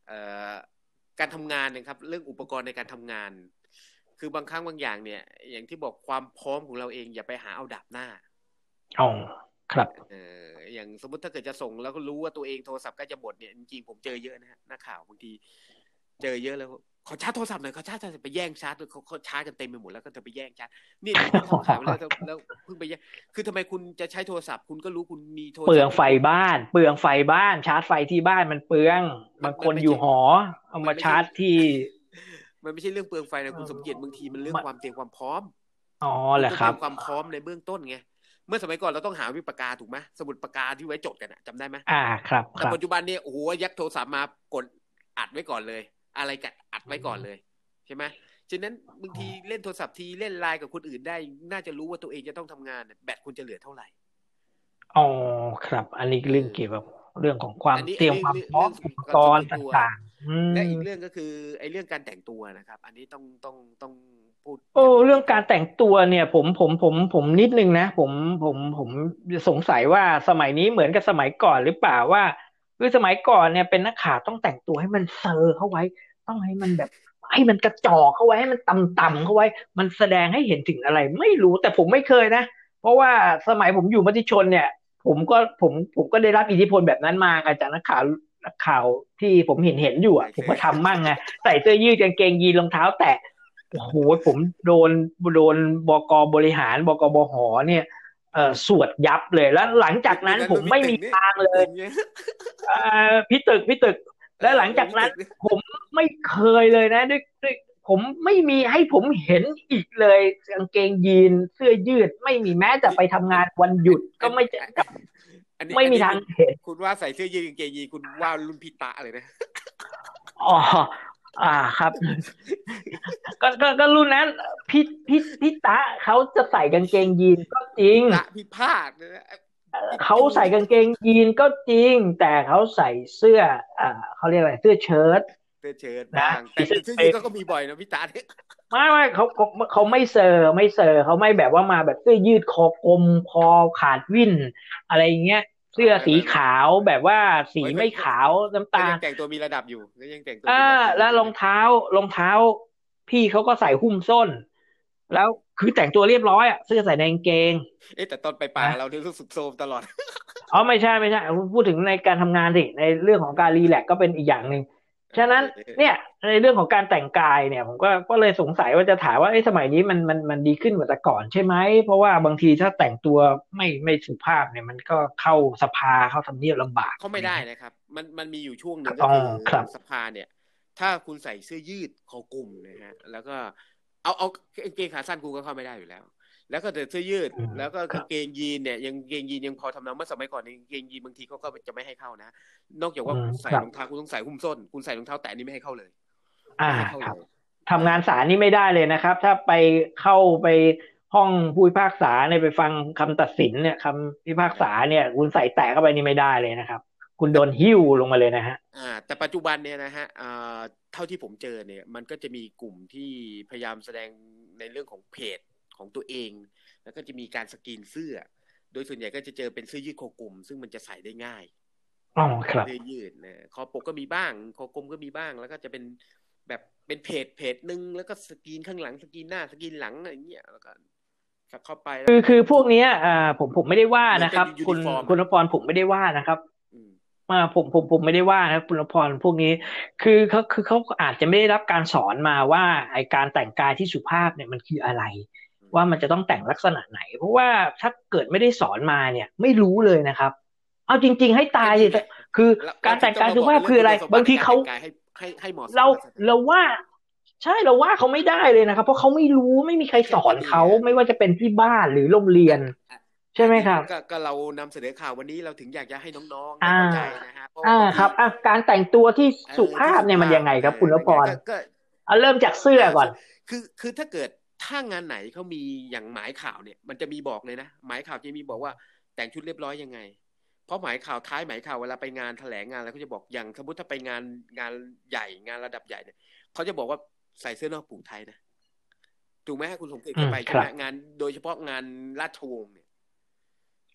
เอ่อการทำงานนะครับเรื่องอุปกรณ์ในการทำงานคือบางครั้งบางอย่างเนี่ยอย่างที่บอกความพร้อมของเราเองอย่าไปหาเอาดาบหน้าอ๋อครับเอออย่างสมมติถ้าเกิดจะส่งแล้วก็รู้ว่าตัวเองโทรศัพท์ใกล้จะหมดเนี่ยจริงๆผมเจอเยอะนะฮะนักข่าวบางทีเจอเยอะแล้วขอชาร์จโทรศัพท์หน่อยขอชาร์จไปแย่งชาร์จเขาเขาชาร์จกันเต็มไปหมดแล้วก็จะไปแย่งชาร์จนี่เขาถามแล้วแล้วเพิ่งไปแย่งคือทำไมคุณจะใช้โทรศัพท์คุณก็รู้คุณมีโทรศัพท์เปลืองไฟบ้านเปลืองไฟบ้านชาร์จไฟที่บ้านมันเปลืองบางคนอยู่หอเอามาชาร์จที่มันไม่ใช่เรื่องเปลืองไฟนะคุณสมเกียรติบางทีมันเรื่องความเตรียมความพร้อมอ๋อแหละครับความพร้อมในเบื้องต้นไงเมื่อสมัยก่อนเราต้องหาวิปากกาถูกไหมสมุดปากกาที่ไว้จดกันอะจำได้ไหมอ่าครับแต่ปัจจุบันเนี่ยโอ้โหยัดโทรศัพท์มากดอัดไว้ก่อนเลยอะไรกัดอัดไว้ก่อนเลยใช่ไหมฉะนั้นบางทีเล่นโทรศัพท์ทีเล่นไลน์กับคนอื่นได้น่าจะรู้ว่าตัวเองจะต้องทำงานแบตคุณจะเหลือเท่าไหร่อ๋อครับอันนี้เรื่องเกี่ยวกับเรื่องของความเตรียมความพร้อมอุปกรณ์ต่างๆและอีกเรื่องก็คือไอ้เรื่องการแต่งตัวนะครับอันนี้ต้องต้องต้องพูดโอ้เรื่องการแต่งตัวเนี่ยผมผมผมผมนิดนึงนะผมผมผมสงสัยว่าสมัยนี้เหมือนกับสมัยก่อนหรือเปล่าว่าคือสมัยก่อนเนี่ยเป็นนักข่าวต้องแต่งตัวให้มันเซอร์เข้าไว้ต้องให้มันแบบให้มันกระจอกเข้าไว้ให้มันต่ำๆเข้าไว้มันแสดงให้เห็นถึงอะไรไม่รู้แต่ผมไม่เคยนะเพราะว่าสมัยผมอยู่มติชนเนี่ยผมก็ผมผมก็ได้รับอิทธิพลแบบนั้นมาอาจารย์นักข่าวนักข่าวที่ผมเห็นเห็นอยู่อ่ะผมก็ทำมั่งไงใส่เสื้อยืดกางเกงยีนรองเท้าแตะโอ้โหผมโดนโดนบกบริหารบกบหเนี่ยเอ่อสวดยับเลยแล้วหลังจากนั้นผมไม่มีทางเลยเอ่อพี่ตึกพี่ตึกและหลังจากนั้นผมไม่เคยเลยนะด้วยด้วยผมไม่มีให้ผมเห็นอีกเลยกางเกงยีนเสื้อยืดไม่มีแม้แต่ไปทำงานวันหยุดก็ไม่จะไม่มีทางเห็นคุณว่าใส่เสื้อยืดกางเกงยีนคุณว่ารุ่นพิตะเลยนะอ๋ออ่าครับก็ก็ก็รุ่นนั้นพี่พี่พี่ตาเขาจะใส่กางเกงยีนก็จริงตะพี่พาดเขาใส่กางเกงยีนก็จริงแต่เขาใส่เสื้ออ่าเขาเรียกอะไรเสื้อเชิ้ตเสื้อเชิ้ตบ้างแต่เสื้อยืดก็มีบ่อยนะพี่ตาเนี่ยไม่ไม่เขาเขาเขาไม่เซอร์ไม่เซอร์เขาไม่แบบว่ามาแบบเสื้อยืดคอกลมคอขาดวิ่นอะไรเงี้ยเสื้อสีขาวแบบว่าสีไม่ขาวน้ำตาลแต่งตัวมีระดับอยู่ยังแต่งตัวอ่าแล้วรองเท้ารองเท้าพี่เขาก็ใส่หุ้มส้นแล้วคือแต่งตัวเรียบร้อยอ่ะเสื้อใส่ในกางเกงเอ๊ะแต่ตอนไปป่าเราเนี่ยรู้สึกโซมตลอดอ๋อไม่ใช่ไม่ใช่พูดถึงในการทำงานสิในเรื่องของการรีแลกซ์ก็เป็นอีกอย่างหนึ่งฉะนั้นเนี่ยในเรื่องของการแต่งกายเนี่ยผมก็ก็เลยสงสัยว่าจะถามว่าไอ้สมัยนี้มันมันมันดีขึ้นกว่าแต่ก่อนใช่ไหมเพราะว่าบางทีถ้าแต่งตัวไม่ไม่สุภาพเนี่ยมันก็เข้าสภาเข้าทำเนียบลำบากเขาไม่ได้นะครับมันมันมีอยู่ช่วงหนึ่งก็คือสภาเนี่ยถ้าคุณใส่เสื้อยืดคอกลุ่มนะฮะแล้วก็เอาเอากางเกงขาสั้นคุณก็เข้าไม่ได้อยู่แล้วแล้วก็เสื้อยืดแล้วก็กางเกงยีนเนี่ยยังเกงยีนยังพอทำนะเมื่อสมัยก่อนกางเกงยีนบางทีเขาก็จะไม่ให้เข้านะนอกจากว่าใส่รองเท้าคุณต้องใส่หุ้มส้นคุณใส่รองเท้าแตะนี่ไม่ให้เข้าเลยอ่าครับทำงานศาลนี่ไม่ได้เลยนะครับถ้าไปเข้าไปห้องผู้พิพากษาเนี่ยไปฟังคำตัดสินเนี่ยคำพิพากษาเนี่ยคุณใส่แตะเข้าไปนี่ไม่ได้เลยนะครับคุณโดนหิ้วลงมาเลยนะฮะอ่าแต่ปัจจุบันเนี่ยนะฮะอ่าเท่าที่ผมเจอเนี่ยมันก็จะมีกลุ่มที่พยายามแสดงในเรื่องของเพจของตัวเองแล้วก็จะมีการสกรีนเสื้อโดยส่วนใหญ่ก็จะเจอเป็นเสื้อยืดคอกลมซึ่งมันจะใส่ได้ง่ายอ๋อครับเสื้อยืดนะคอปกก็มีบ้างคอกลมก็มีบ้างแล้วก็จะเป็นแบบเป็นเพจเพจนึงแล้วก็สกรีนข้างหลังสกรีนหน้าสกรีนหลังอะไรเงี้ยแล้วก็เข้าไปคือคือพวกนี้อ่าผมผมไม่ได้ว่านะครับคุณคุณพรผมไม่ได้ว่านะครับมาผมผมผมไม่ได้ว่านะคุณพรพวกนี้คือเขาคือเขาอาจจะไม่ได้รับการสอนมาว่าไอการแต่งกายที่สุภาพเนี่ยมันคืออะไรว่ามันจะต้องแต่งลักษณะไหนเพราะว่าถ้าเกิดไม่ได้สอนมาเนี่ยไม่รู้เลยนะครับเอาจริงๆให้ตายคือการแต่งกายสุภาพคืออะไรบางทีเขาเราเราว่าใช่เราว่าเขาไม่ได้เลยนะครับเพราะเขาไม่รู้ไม่มีใครสอนเขาไม่ว่าจะเป็นที่บ้านหรือโรงเรียนใช่ไหมครับก็เรานำเสนอข่าววันนี้เราถึงอยากจะให้น้องๆเข้าใจนะฮะอ่าครับการแต่งตัวที่สุภาพเนี่ยมันยังไงครับคุณณพรเอาเริ่มจากเสื้อก่อนคือคือถ้าเกิดถ้างานไหนเขามีอย่างหมายข่าวเนี่ยมันจะมีบอกเลยนะหมายข่าวจะมีบอกว่าแต่งชุดเรียบร้อยยังไงเพราะหมายข่าวท้ายหมายข่าวเวลาไปงานแถลงงานแล้วเขาจะบอกอย่างสมมติถ้าไปงานงานใหญ่งานระดับใหญ่เนี่ยเขาจะบอกว่าใส่เสื้อนอกผูกไทยนะถูกไหมคุณสมเกียรติไปใช่ไหมงานโดยเฉพาะงานราชวงศ์เนี่ย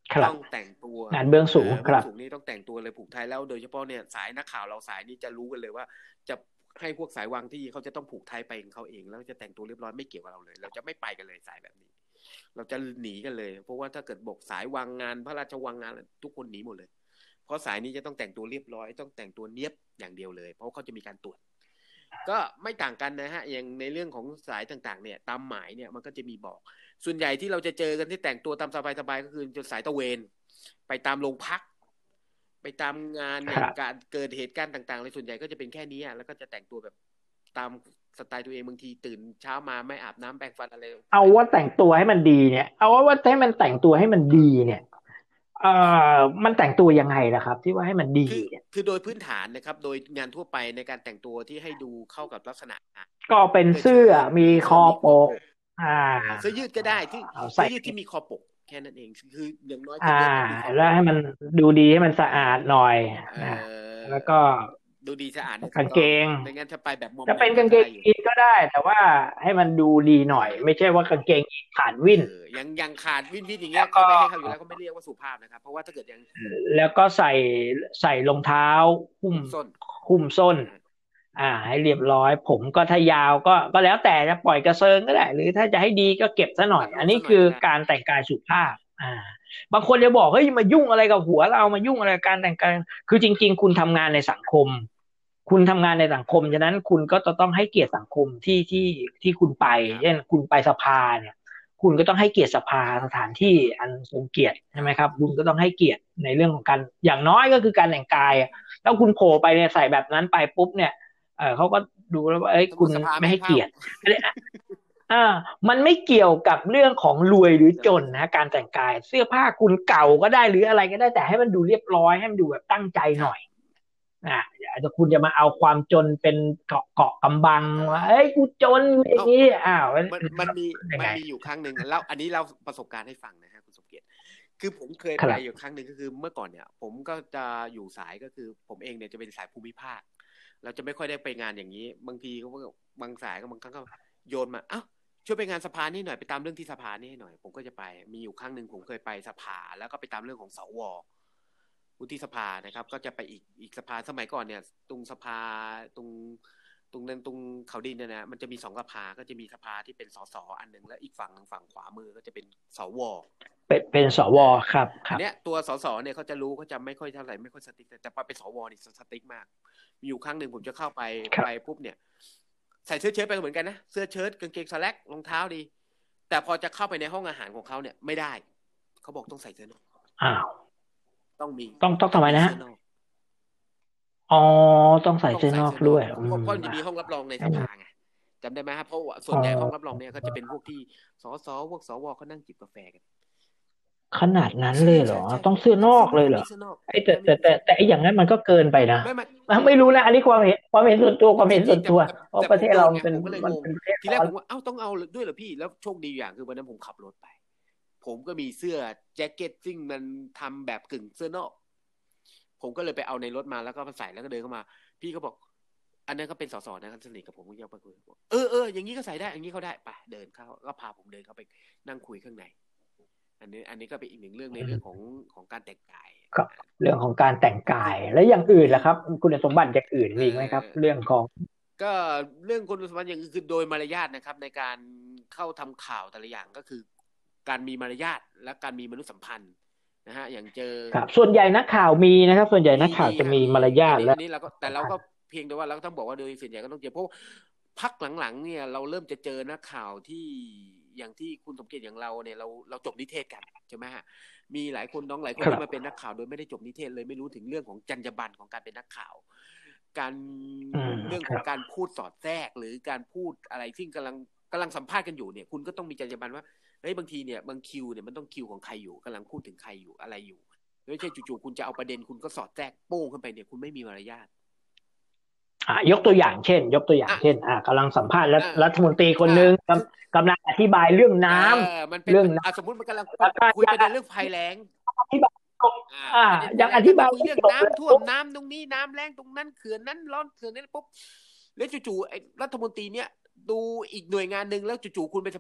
ต้องแต่งตัวงานเบื้องสูงครับสูงนี่ต้องแต่งตัวเลยผูกไทยแล้วโดยเฉพาะเนี่ยสายนักข่าวเราสายนี้จะรู้กันเลยว่าจะให้พวกสายวังที่เขาจะต้องผูกไทยไปของเขาเองแล้วจะแต่งตัวเรียบร้อยไม่เกี่ยวกับเราเลยเราจะไม่ไปกันเลยสายแบบนี้เราจะหนีกันเลยเพราะว่าถ้าเกิดบอกสายวังงานพระราชวังงานทุกคนหนีหมดเลยเพราะสายนี้จะต้องแต่งตัวเรียบร้อยต้องแต่งตัวเนี๊ยบอย่างเดียวเลยเพราะเขาจะมีการตรวจก็ไม่ต่างกันนะฮะอย่างในเรื่องของสายต่างๆเนี่ยตามหมายเนี่ยมันก็จะมีบอกส่วนใหญ่ที่เราจะเจอกันที่แต่งตัวตามสบายๆก็คือจะสายตะเวนไปตามโรงพักไปตามงานอย่างการเกิดเหตุการณ์ต่างๆเลยส่วนใหญ่ก็จะเป็นแค่นี้แล้วก็จะแต่งตัวแบบตามสไตล์ตัวเองบางทีตื่นเช้ามาไม่อาบน้ำแปรงฟันอะไรเอาว่าแต่งตัวให้มันดีเนี่ยเอาว่าให้มันแต่งตัวให้มันดีเนี่ยเอ่อมันแต่งตัวยังไงล่ะครับที่ว่าให้มันดีเนี่ยคือโดยพื้นฐานนะครับโดยงานทั่วไปในการแต่งตัวที่ให้ดูเข้ากับลักษณะก็เป็นเสื้อมีคอปกอ่าเสื้อยืดก็ได้ที่เสื้อยืดที่มีคอปกแค่นั้นเองคืออย่างน้อยอ่าแล้วให้มันดูดีให้มันสะอาดหน่อยนะแล้วก็ดูดีสะอาดกางเกงไม่งั้นถ้าไปแบบจะเป็นกางเกงยีนก็ได้แต่ว่าให้มันดูดีหน่อยไม่ใช่ว่ากางเกงขาดวิ่นยังยังขาดวิ่นวิ่นอย่างเงี้ยก็ไม่ให้เขาอยู่แล้วก็ไม่เรียกว่าสุภาพนะครับเพราะว่าถ้าเกิดยังแล้วก็ใส่ใส่รองเท้าหุ้มส้นหุ้มส้นอ่าให้เรียบร้อยผมก็ถ้ายาวก็ก็แล้วแต่จะปล่อยกระเซิงก็ได้หรือถ้าจะให้ดีก็เก็บซะหน่อยอันนี้คือการแต่งกายสุภาพอ่าบางคนจะบอกเฮ้ยมายุ่งอะไรกับหัวเรามายุ่งอะไรการแต่งกายคือจริงๆคุณทำงานในสังคมคุณทำงานในสังคมฉะนั้นคุณก็จะต้องให้เกียรติสังคมที่ที่ที่คุณไปเช่นคุณไปสภาเนี่ยคุณก็ต้องให้เกียรติสภาสถานที่อันทรงเกียรติใช่ไหมครับคุณก็ต้องให้เกียรติในเรื่องของการอย่างน้อยก็คือการแต่งกายแล้วคุณโผล่ไปเนี่ยใส่แบบนั้นไปปุ๊บเนี่ยเออเขาก็ดูแล้วว่าเอ้ยคุณไม่ให้เกียรติอ่ามันไม่เกี่ยวกับเรื่องของรวยหรือจนนะการแต่งกายเสื้อผ้าคุณเก่าก็ได้หรืออะไรก็ได้แต่ให้มันดูเรียบร้อยให้มันดูแบบตั้งใจหน่อยอ่าอาจจะคุณจะมาเอาความจนเป็นเกาะเกาะกำบังว่าเอ้ยกูจนอย่างนี้อ้าวมันมันมีมันมีอยู่ครั้งหนึ่งแล้วอันนี้เราประสบการณ์ให้ฟังนะฮะคุณสมเกียรติคือผมเคยไปอยู่ครั้งหนึ่งก็คือเมื่อก่อนเนี่ยผมก็จะอยู่สายก็คือผมเองเนี่ยจะเป็นสายภูมิภาคเราจะไม่ค่อยได้ไปงานอย่างนี้บางทีเขาบางสายก็บางครั้งก็โยนมาอ้าวช่วยไปงานสภานี่หน่อยไปตามเรื่องที่สภานี่ให้หน่อยผมก็จะไปมีอยู่ครั้งหนึ่งผมเคยไปสภาแล้วก็ไปตามเรื่องของสววุฒิสภานะครับก็จะไปอีกอีกสภาสมัยก่อนเนี่ยตรงสภาตรงตรงนั้นตรงเขาดินเนี่ยนะมันจะมีสองสภาก็จะมีสภาที่เป็นสสอันนึงและอีกฝั่งฝั่งขวามือก็จะเป็นสวเป็นเป็นสวครับครับเนี่ยตัวสสเนี่ยเขาจะรู้เขาจะไม่ค่อยเท่าไหร่ไม่ค่อยสติ๊กแต่พอเป็นสวนี่สติ๊กมากมีอยู่ครั้งหนึ่งผมจะเข้าไปไปปุ๊บเนี่ยใส่เสื้อเชิ้ตไปเหมือนกันนะเสื้อเชิ้ตกางเกงสแล็กรองเท้าดีแต่พอจะเข้าไปในห้องอาหารของเขาเนี่ยไม่ได้เขาบอกต้องใส่เสื้อนอกอ้าวต้องมีต้องต้องทำไมนะฮะอ๋อต้องใส่เสื้อนอกด้วยเพราะมันจะมีห้องรับรองในสภาไงจำได้ไหมครับเพราะส่วนใหญ่ห้องรับรองเนี่ยก็จะเป็นพวกที่สสพวกสวเขานั่งจิบกาแฟกันขนาดนั้นเลยเหรอต้องเสื้อนอกเลยเหรอไอ้แต่แต่แต่แต่ไอ้อย่างนั้นมันก็เกินไปนะไม่รู้นะอันนี้ความเห็นความเห็นส่วนตัวความเห็นส่วนตัวเพราะประเทศเราเป็นมันเป็นประเทศทีแรกผมว่าเอ้าต้องเอาด้วยเหรอพี่แล้วโชคดีอย่างคือวันนั้นผมขับรถไปผมก็มีเสื้อแจ็คเก็ตซึ่งมันทำแบบกึ่งเสื้อนอกผมก็เลยไปเอาในรถมาแล้วก็มาใส่แล้วก็เดินเข้ามาพี่ก็บอกอันนั้นก็เป็นสสนะครับสนิทกับผมก็ยังไปคุยเออเอออย่างนี้ก็ใส่ได้อย่างนี้เขาได้ไปเดินเข้าก็พาผมเดินเข้าไปนั่งคุยข้างในอันนี้อันนี้ก็เป็นอีกหนึ่งเรื่องในเรื่องของของการแต่งกายครับเรื่องของการแต่งกายแล้วอย่างอื่นล่ะครับคุณสมบัติอย่างอื่นมีไหมครับเรื่องของก็เรื่องคุณสมบัติอย่างอื่นคือโดยมารยาทนะครับในการเข้าทำข่าวแต่ละอย่างก็คือการมีมารยาทและการมีมนุษยสัมพันธ์นะฮะอย่างเจอครับส่วนใหญ่นักข่าวมีนะครับส่วนใหญ่นักข่าวจะมีมารยาทแล้วนี่เราก็แต่เราก็เพียงแต่ว่าเราต้องบอกว่าโดยส่วนใหญ่ก็ต้องเจอเพราะพักหลังๆเนี่ยเราเริ่มจะเจอนักข่าวที่อย่างที่คุณสมเกียรติอย่างเราเนี่ยเราเราจบนิเทศกันใช่ไหมฮะมีหลายคนน้องหลายคนที่มาเป็นนักข่าวโดยไม่ได้จบนิเทศเลยไม่รู้ถึงเรื่องของจรรยาบรรณของการเป็นนักข่าวการเรื่องของการพูดสอดแทรกหรือการพูดอะไรที่กำลังกำลังสัมภาษณ์กันอยู่เนี่ยคุณก็ต้องมีจรรยาบรรณว่าเฮ้ยบางทีเนี่ยบางคิวเนี่ยมันต้องคิวของใครอยู่กำลังพูดถึงใครอยู่อะไรอยู่ไม่ใช่จู่ๆคุณจะเอาประเด็นคุณก็สอดแทรกโป้งขึ้นไปเนี่ยคุณไม่มีมารยาทอ่ายกตัวอย่างเช่นยกตัวอย่างเช่นอ่ากำลังสัมภาษณ์รัฐมนตรีคนนึงกำลังอธิบายเรื่องน้ำเรื่องสมมติมันกำลังคุยประเด็นเรื่องภัยแล้งอธิบายอ่ายังอธิบายเรื่องน้ำท่วมน้ำตรงนี้น้ำแล้งตรงนั้นเขื่อนนั้นร้อนเขื่อนนี้ปุ๊บแล้วจู่ๆไอ้รัฐมนตรีเนี่ยดูอีกหน่วยงานนึงแล้วจู่ๆคุณไปสัมภาษณ์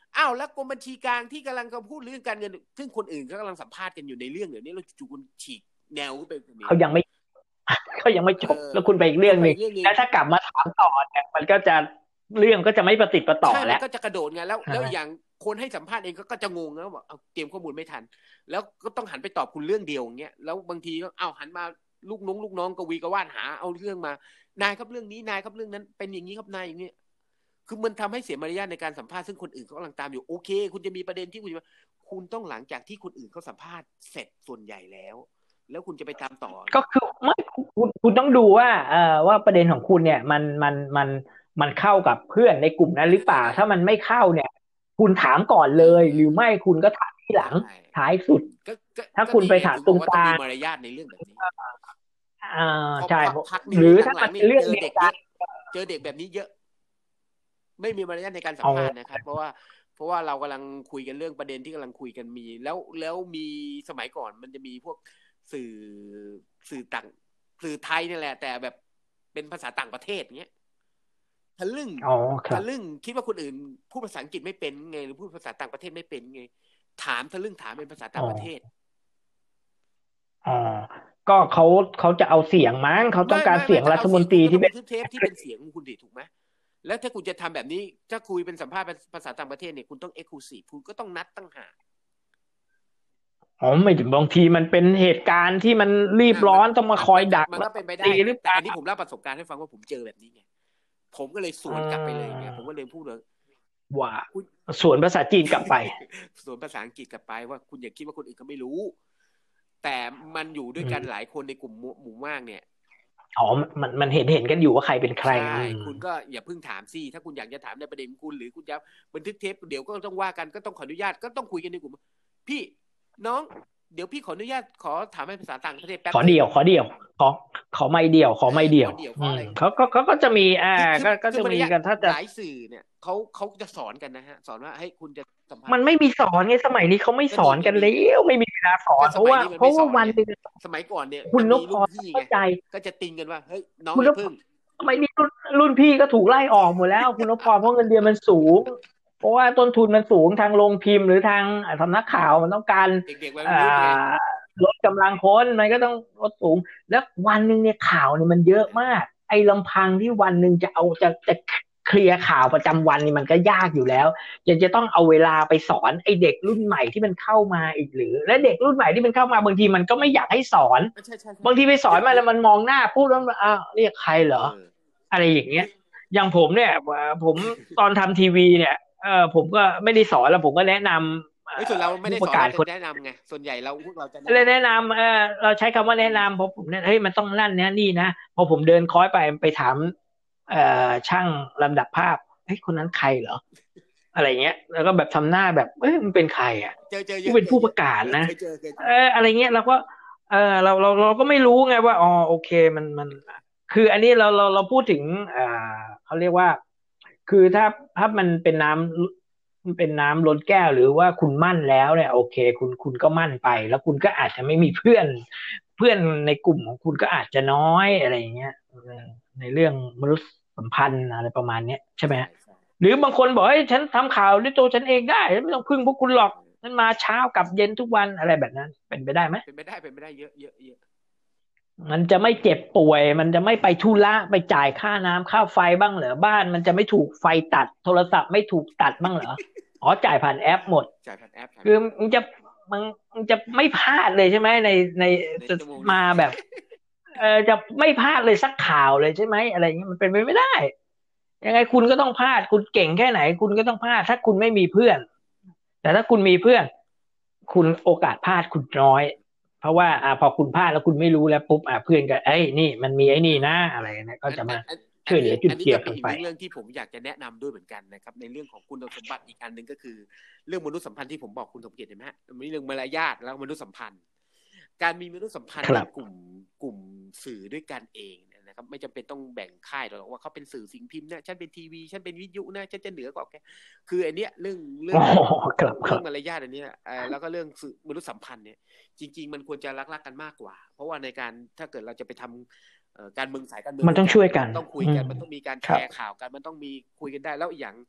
อ้าวแล้วกรมบัญชีกลางที่กำลังกำลังพูดเรื่องการเงินซึ่งคนอื่นก็กำลังสัมภาษณ์กันอยู่ในเรื่องเดี๋ยวนี้เราจู่ๆคุณฉีกแนวไปแบบนี้เขายังไม่เขายังไม่จบแล้วคุณไปอีกเรื่องนึงแล้วถ้ากลับมาถามต่อเนี่ยมันก็จะเรื่องก็จะไม่ประติดประต่อแล้วก็จะกระโดดไงแล้วแล้วอย่างคนให้สัมภาษณ์เองก็จะงงแล้วบอกเอาเตรียมข้อมูลไม่ทันแล้วก็ต้องหันไปตอบคุณเรื่องเดียวอย่างเงี้ยแล้วบางทีก็เอาหันมาลูกน้องลูกน้องกวีกวาดหาเอาเรื่องมานายครับเรื่องนี้นายครับเรื่องนั้นเป็นอย่างนี้ครับนายอย่างนี้คือมันทำให้เสียมารยาทในการสัมภาษณ์ซึ่งคนอื่นเขากำลังตามอยู่โอเคคุณจะมีประเด็นที่คุณจะคุณต้องหลังจากที่คนอื่นเขาสัมภาษณ์เสร็จส่วนใหญ่แล้วแล้วคุณจะไปตามต่อก็คือไม่คุณคุณต้องดูว่าเอ่อว่าประเด็นของคุณเนี่ยมันมันมันมันเข้ากับเพื่อนในกลุ่มนั้นหรือเปล่าถ้ามันไม่เข้าเนี่ยคุณถามก่อนเลยหรือไม่คุณก็ถามที่หลังท้ายสุดถ้าคุณไปถามตรงกลางมารยาทในเรื่องแบบนี้อ่าใช่หรือถ้ามันเป็นเรื่องเด็กเจอเด็กแบบนี้เยอะไม่มีมารยาทในการสัมภาษณ์นะครับเพราะว่าเพราะว่าเรากำลังคุยกันเรื่องประเด็นที่กำลังคุยกันมีแล้วแล้วมีสมัยก่อนมันจะมีพวกสื่อสื่อต่างสื่อไทยนี่แหละแต่แบบเป็นภาษาต่างประเทศเงี้ยทะลึ่งทะลึ่งคิดว่าคนอื่นพูดภาษาอังกฤษไม่เป็นไงหรือพูดภาษาต่างประเทศไม่เป็นไงถามทะลึ่งถามเป็นภาษาต่างประเทศอ๋อก็เขาเขาจะเอาเสียงมั้งเขาต้องการเสียงรัฐมนตรีที่เป็นเทปที่เป็นเสียงคุณดิถูกไหมแล้วถ้าคุณจะทำแบบนี้ถ้าคุยเป็นสัมภาษณ์ภาษาต่างประเทศเนี่ยคุณต้องเอ็กซ์คลูซีฟคุณก็ต้องนัดตั้งหากอ๋อไม่ถึงบางทีมันเป็นเหตุการณ์ที่มันรีบร้อนต้องมาคอยดักมันก็เป็นไปได้แต่อันนี้ผมเล่าประสบการณ์ให้ฟังว่าผมเจอแบบนี้ไงผมก็เลยสวนกลับไปเลยไงผมก็เลยพูดเลยว่าสวนภาษาจีนกลับไปสวนภาษาอังกฤษกลับไปว่าคุณอย่าคิดว่าคนอื่นเขาไม่รู้แต่มันอยู่ด้วยกันหลายคนในกลุ่มหมู่มากเนี่ยอ๋อมันมันเห็นเห็นกันอยู่ว่าใครเป็นใครใช่คุณก็อย่าเพิ่งถามสิถ้าคุณอยากจะถามในประเด็นคุณหรือคุณจะบันทึกเทปเดี๋ยวก็ต้องว่ากันก็ต้องขออนุญาตก็ต้องคุยกันในกลุ่มพี่น้องเดี๋ยวพี่ขออนุญาตขอถามเป็นภาษาต่างประเทศแป๊บขอเดี่ยวขอเดี่ยวขอขอไม่เดี่ยวขอไม่เดี่ยวเขาก็เขาก็จะมีอ่าก็ก็จะมีกันถ้าจะหลายสื่อเนี่ยเขาเขาจะสอนกันนะฮะสอนว่าให้คุณจะสัมภาษณ์มันไม่มีสอนไงสมัยนี้เขาไม่สอนกันแล้วไม่มีเวลาสอนเพราะว่าเพราะว่าวันนึงสมัยก่อนเนี่ยคุณนพพรเข้าใจก็จะติงกันว่าเฮ้ยน้องอย่าเพิ่งสมัยนี้รุ่นพี่ก็ถูกไล่ออกหมดแล้วคุณนพพรเพราะเงินเดือนมันสูงเพราะว่าต้นทุนมันสูงทางโรงพิมพ์หรือทางสำนักข่าวมันต้องการลดกำลังคนมันก็ต้องลดสูงแล้ววันนึงเนี่ยข่าวเนี่ยมันเยอะมากไอ้ลำพังที่วันนึงจะเอาจะจะเคลียร์ข่าวประจำวันนี่มันก็ยากอยู่แล้วยังจะต้องเอาเวลาไปสอนไอ้เด็กรุ่นใหม่ที่มันเข้ามาอีกหรือและเด็กรุ่นใหม่ที่มันเข้ามาบางทีมันก็ไม่อยากให้สอนบางทีไปสอนมาแล้วมันมองหน้าพูดแล้วอ้าวเรียกใครเหรออะไรอย่างเงี้ยอย่างผมเนี่ยผมตอนทำทีวีเนี่ยเออผมก็ไม่ได้สอนแล้วผมก็แนะนำไม่ส่วนเราไม่ได้สอนแนะนำไงส่วนใหญ่เราพวกเราจะแนะนำเออเราใช้คำว่าแนะนำเพราะผมเนี่ยเฮ้ยมันต้องนั่นเนี่ยนี่นะพอผมเดินคอยไปไปถามเอ่อช่างลำดับภาพเฮ้ยคนนั้นใครเหรออะไรเงี้ยแล้วก็แบบทำหน้าแบบเอ้ยมันเป็นใครอ่ะผู้เป็นผู้ประกาศนะเอออะไรเงี้ยเราก็เออเราเราเราก็ไม่รู้ไงว่าอ๋อโอเคมันมันคืออันนี้เราเราเราพูดถึงอ่าเขาเรียกว่าคือถ้าถ้ามันเป็นน้ำมันเป็นน้ำล้นแก้วหรือว่าคุณมั่นแล้วเนี่ยโอเคคุณคุณก็มั่นไปแล้วคุณก็อาจจะไม่มีเพื่อนเพื่อนในกลุ่มของคุณก็อาจจะน้อยอะไรอย่างเงี้ยในเรื่องมนุษยสัมพันธ์อะไรประมาณนี้ใช่ไหมหรือบางคนบอกให้ฉันทำข่าวด้วยตัวฉันเองได้ไม่ต้องพึ่งพวกคุณหรอกฉันมาเช้ากับเย็นทุกวันอะไรแบบนั้นเป็นไปได้ไหมเป็นไปได้เป็นไปได้เยอะเยอะเยอะมันจะไม่เจ็บป่วยมันจะไม่ไปธุระไปจ่ายค่าน้ำค่าไฟบ้างเหรอบ้านมันจะไม่ถูกไฟตัดโทรศัพท์ไม่ถูกตัดบ้างเหรออ๋อจ่ายผ่านแอปหมดจ่ายผ่านแอปคือมันจะมันมันจะไม่พลาดเลยใช่ไหมในในจะมาแบบเออจะไม่พลาดเลยสักข่าวเลยใช่ไหมอะไรอย่างนี้มันเป็นไปไม่ได้ยังไงคุณก็ต้องพลาดคุณเก่งแค่ไหนคุณก็ต้องพลาดถ้าคุณไม่มีเพื่อนแต่ถ้าคุณมีเพื่อนคุณโอกาสพลาดคุณน้อยเพราะว่าอ่าพอคุณพลาดแล้วคุณไม่รู้แล้วปุ๊บอ่าเพื่อนก็เอ้ยนี่มันมีไอ้นี่นะอะไรนะก็จะมาช่วยเหลือจุดเกี่ยวกันไปเรื่องที่ผมอยากจะแนะนำด้วยเหมือนกันนะครับในเรื่องของคุณสมบัติอีกอันหนึ่งก็คือเรื่องมนุษยสัมพันธ์ที่ผมบอกคุณสมเกียรติเห็นไหมฮะมีเรื่องมารยาทแล้วมนุษยสัมพันธ์การมีมนุษยสัมพันธ์ในกลุ่มกลุ่มสื่อด้วยกันเองนะครับไม่จำเป็นต้องแบ่งค่ายหรอกว่าเขาเป็นสื่อสิ่งพิมพ์นะฉันเป็นทีวีฉันเป็นวิทยุนะฉันจะเหนือกว่าแกคืออันเนี้ยเรื่องเรื่องเรื่องมารยาทอันเนี้ยแล้วก็เรื่องมนุษยสัมพันธ์เนี่ยจริงๆมันควรจะรักๆกันมากกว่าเพราะว่าในการถ้าเกิดเราจะไปทำการเมืองสายการเมืองมันต้องช่วยกันต้องคุยกันมันต้องมีการแชร์ข่าวกันมันต้องมีคุยกันได้แล้วอย่าง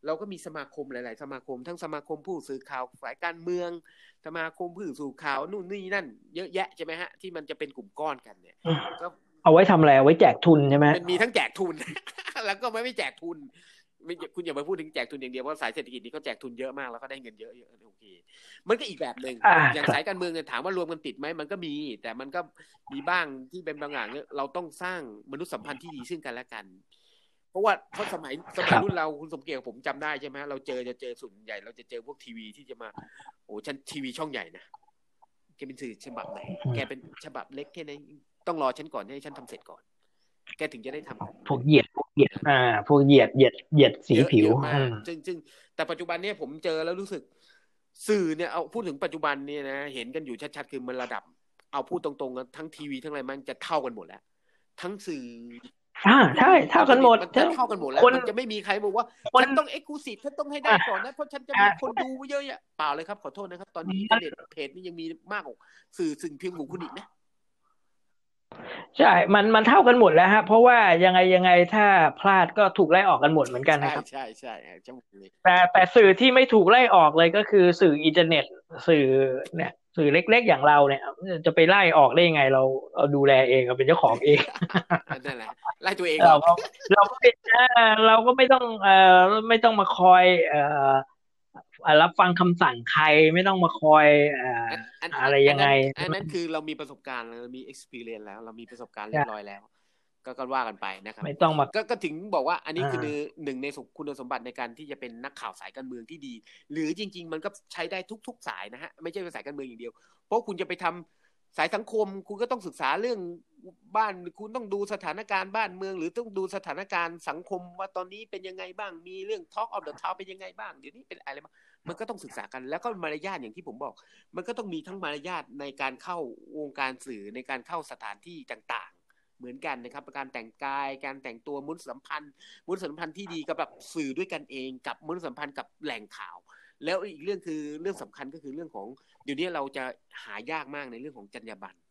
เราก็มีสมาคมหลายๆสมาคมทั้งสมาคมผู้สื่อข่าวฝ่ายการเมืองสมาคมผู้สื่อข่าวนู่นนี่นั่นเยอะแยะใช่ไหมฮะที่มันจะเป็นกลุ่มก้อนกันเนี่ยก็เอาไว้ทำอะไรเอาไว้แจกทุนใช่ไหมมันมีทั้งแจกทุน แล้วก็ไม่ไม่แจกทุนไม่คุณอย่าไปพูดถึงแจกทุนอย่างเดียวเพราะสายเศรษฐกิจนี้เขาแจกทุนเยอะมากแล้วก็ได้เงินเยอะๆโอเคมันก็อีกแบบนึงอย่างสายการเมืองเนี่ยถามว่ารวมกันติดไหมมันก็มีแต่มันก็มีบ้างที่เป็นบางอย่างเนี่ยเราต้องสร้างมนุษยสัมพันธ์ที่ดีซึ่งกันและกันเพราะว่าเพราะสมัยสมัยรุ่นเราคุณสมเกียรติผมจำได้ใช่ไหมเราเจอจะเจอส่วนใหญ่เราจะเจอพวกทีวีที่จะมาโอ้ฉันทีวีช่องใหญ่นะแกเป็นสื่อฉบับไหนแกเป็นฉบับเล็กแค่ไหนต้องรอฉันก่อนให้ฉันทำเสร็จก่อนแกถึงจะได้ทำพวกเหยียดพวกเหยียดอ่าพวกเหยียดเหยียดเหยียดสีผิวซึ่งซึ่งแต่ปัจจุบันเนี่ยผมเจอแล้วรู้สึกสื่อเนี่ยเอาพูดถึงปัจจุบันเนี่ยนะเห็นกันอยู่ชัดๆคือมันระดับเอาพูดตรงๆทั้งทีวีทั้งอะไรมันจะเท่ากันหมดแล้วทั้งสื่ออ่าใช่เท่ากันหมดมันจะเท่ากันหมดแล้วมันจะไม่มีใครบอกว่าฉันต้องเอ็กซ์คลูซีฟฉันต้องให้ได้ก่อนนะเพราะฉันจะมีคนดูเยอะแยะเปล่าเลยครับขอโทษนะครับตอนนี้อินเทอร์เน็ตเพจนี่ยังมีมากกว่าสื่อสิ่งพิมพ์ของคุณอีกนะใช่มันมันเท่ากันหมดแล้วฮะเพราะว่ายังไงยังไงถ้าพลาดก็ถูกไล่ออกกันหมดเหมือนกันนะครับใช่ใช่ใช่แต่แต่สื่อที่ไม่ถูกไล่ออกเลยก็คือสื่ออินเทอร์เน็ตสื่อเนี่ยสื่อเล็กๆอย่างเราเนี่ยจะไปไล่ออกได้ยังไงเราเราดูแลเองเราเป็นเจ้าของเองนั่นแหละไล่ตัวเองเราก็เราก็ไม่เราก็ไม่ต้องเอ่อไม่ต้องมาคอยเอ่อรับฟังคำสั่งใครไม่ต้องมาคอยอะไรยังไงอันนั้นคือเรามีประสบการณ์เรามี experience แล้วเรามีประสบการณ์เรียบร้อยแล้วก็ก็ว่ากันไปนะครับไม่ต้องมาก็ถึงบอกว่าอันนี้คือหนึ่งในคุณสมบัติในการที่จะเป็นนักข่าวสายการเมืองที่ดีหรือจริงๆมันก็ใช้ได้ทุกๆสายนะฮะไม่ใช่สายการเมืองอย่างเดียวเพราะคุณจะไปทำสายสังคมคุณก็ต้องศึกษาเรื่องบ้านคุณต้องดูสถานการณ์บ้านเมืองหรือต้องดูสถานการณ์สังคมว่าตอนนี้เป็นยังไงบ้างมีเรื่อง Talk of the Town เป็นยังไงบ้างเดี๋ยวนี้เป็นอะไรบ้างมันก็ต้องศึกษากันแล้วก็มารยาทอย่างที่ผมบอกมันก็ต้องมีทั้งมารยาทในการเข้าวงการสื่อในการเข้าสถานที่ต่างๆเหมือนกันนะครับการแต่งกายการแต่งตัวมนุษยสัมพันธ์มนุษยสัมพันธ์ที่ดีกับแบบสื่อด้วยกันเองกับมนุษยสัมพันธ์กับแหล่งข่าวแล้วอีกเรื่องคือเรื่องสำคัญก็คือเรื่องของเดี๋ยวนี้เราจะหายากมากในเรื่องของจรรยาบรรณ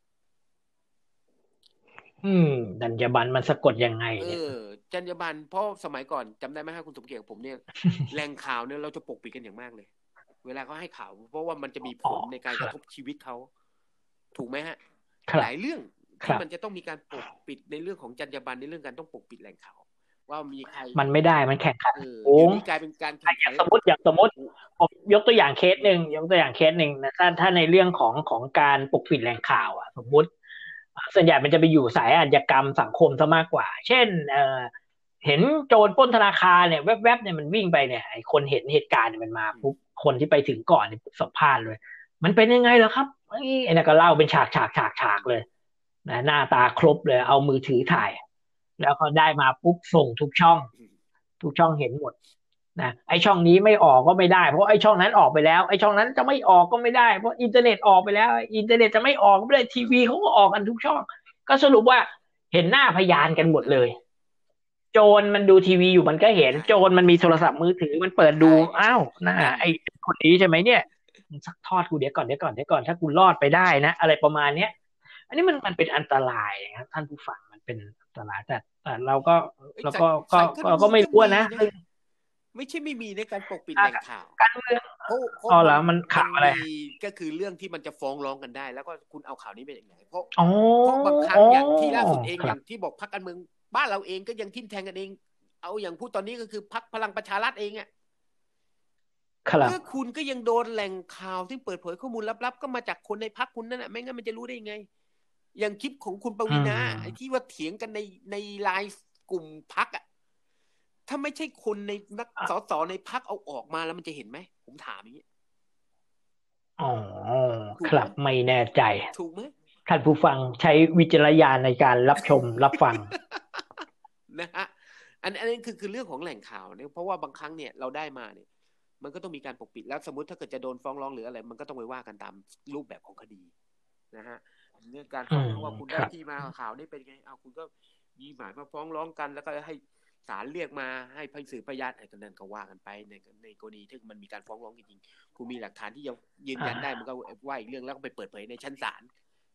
อืมจรรยาบรรณมันสะกดยังไงเนี่ยเออจรรยาบรรณเพราะสมัยก่อนจำได้ไหมครับคุณสมเกียรติผมเนี่ย แหล่งข่าวเนี่ยเราจะปกปิดกันอย่างมากเลยเวลาเขาให้ข่าวเพราะว่ามันจะมีผลในการกระทบชีวิตเขาถูกไหมฮะหลายเรื่องที่มันจะต้องมีการปกปิดในเรื่องของจรรยาบรรณในเรื่องการต้องปกปิดแหล่งข่าวว่ามีใครมันไม่ได้มันแข่งขันโอ้กลายเป็นการแข่งขันสมมติอย่างสมมติผมยกตัวอย่างเคสหนึ่งยกตัวอย่างเคสหนึ่งนะถ้าถ้าในเรื่องของของการปกปิดแหล่งข่าวอ่ะสมมติส่วนใหญ่มันจะไปอยู่สายอาชญากรรมสังคมซะมากกว่าเช่นเอ่อเห็นโจรปล้นธนาคารเนี่ยแวบๆเนี่ยมันวิ่งไปเนี่ยไอ้คนเห็นเหตุการณ์เนี่ยมันมาปุ๊บคนที่ไปถึงก่อนเนี่ยสัมภาษณ์เลยมันเป็นยังไงเหรอครับไอ้ไอ้นั่นก็เล่าเป็นฉากฉากฉากฉากเลยนะหน้าตาครบเลยเอามือถือถ่ายแล้วก็ได้มาปุ๊บส่งทุกช่องทุกช่องเห็นหมดนะไอ้ช่องนี้ไม่ออกก็ไม่ได้เพราะไอ้ช่องนั้นออกไปแล้วไอ้ช่องนั้นจะไม่ออกก็ไม่ได้เพราะอินเทอร์เน็ตออกไปแล้วอินเทอร์เน็ตจะไม่ออกก็ไม่ได้ทีวีเขาก็ออกกันทุกช่องก็สรุปว่าเห็นหน้าพยานกันหมดเลยโจรมันดูทีวีอยู่มันก็เห็นโจรมันมีโทรศัพท์มือถือมันเปิดดูอ้าวน่าไอ้คนนี้ใช่ไหมเนี่ยสักทอดกูเดี๋ยวก่อนเดี๋ยวก่อนเดี๋ยวก่อนถ้ากูรอดไปได้นะอะไรประมาณเนี้ยอันนี้มันมันเป็นอันตรายนะท่านผู้ฟังมันเป็นอันตรายแต่แต่เราก็เราก็ก็เราก็ไม่รู้นะไม่ใช่ไม่มีในการปกปิดแหล่งข่าวการเมืองเพราะอ๋อเหรอมันข่าวอะไรก็คือเรื่องที่มันจะฟ้องร้องกันได้แล้วก็คุณเอาข่าวนี้ไปอย่างไรเพราะเพราะบางครั้งอย่างที่ล่าสุดเองอย่างที่บอกพรรคการเมืองบ้านเราเองก็ยังทิ่มแทงกันเองเอาอย่างพูดตอนนี้ก็คือพรรคพลังประชารัฐเองอ่ะเมื่อคุณก็ยังโดนแหล่งข่าวที่เปิดเผยข้อมูลลับๆก็มาจากคนในพรรคคุณนั่นแหละไม่งั้นมันจะรู้ได้ยังไงอย่างคลิปของคุณปวีณาไอ้ที่ว่าเถียงกันในในไลน์กลุ่มพรรคอ่ะถ้าไม่ใช่คนในนักสสในพรรคเอาออกมาแล้วมันจะเห็นไหมผมถามอย่างนี้อ๋อครับไม่แน่ใจถูกไหมท่านผู้ฟังใช้วิจารณญาณในการรับชมรับฟังนะฮะอันอันนี้คือคือเรื่องของแหล่งข่าวเนี่ยเพราะว่าบางครั้งเนี่ยเราได้มาเนี่ยมันก็ต้องมีการปกปิดแล้วสมมติถ้าเกิดจะโดนฟ้องร้องหรืออะไรมันก็ต้องไปว่ากันตามรูปแบบของคดีนะฮะเรื่องการฟ้องว่าคุณได้ที่มาข่าวนี่เป็นไงเอาคุณก็มีหมายมาฟ้องร้องกันแล้วก็ให้ศาลเรียกมาให้พยานสืบพยานอะไรกันนั่นก็ว่ากันไปในในกรณีที่มันมีการฟ้องร้องจริงๆคุณมีหลักฐานที่จะยืนยันได้มันก็ว่าอีกเรื่องแล้วก็ไปเปิดเผยในชั้นศาล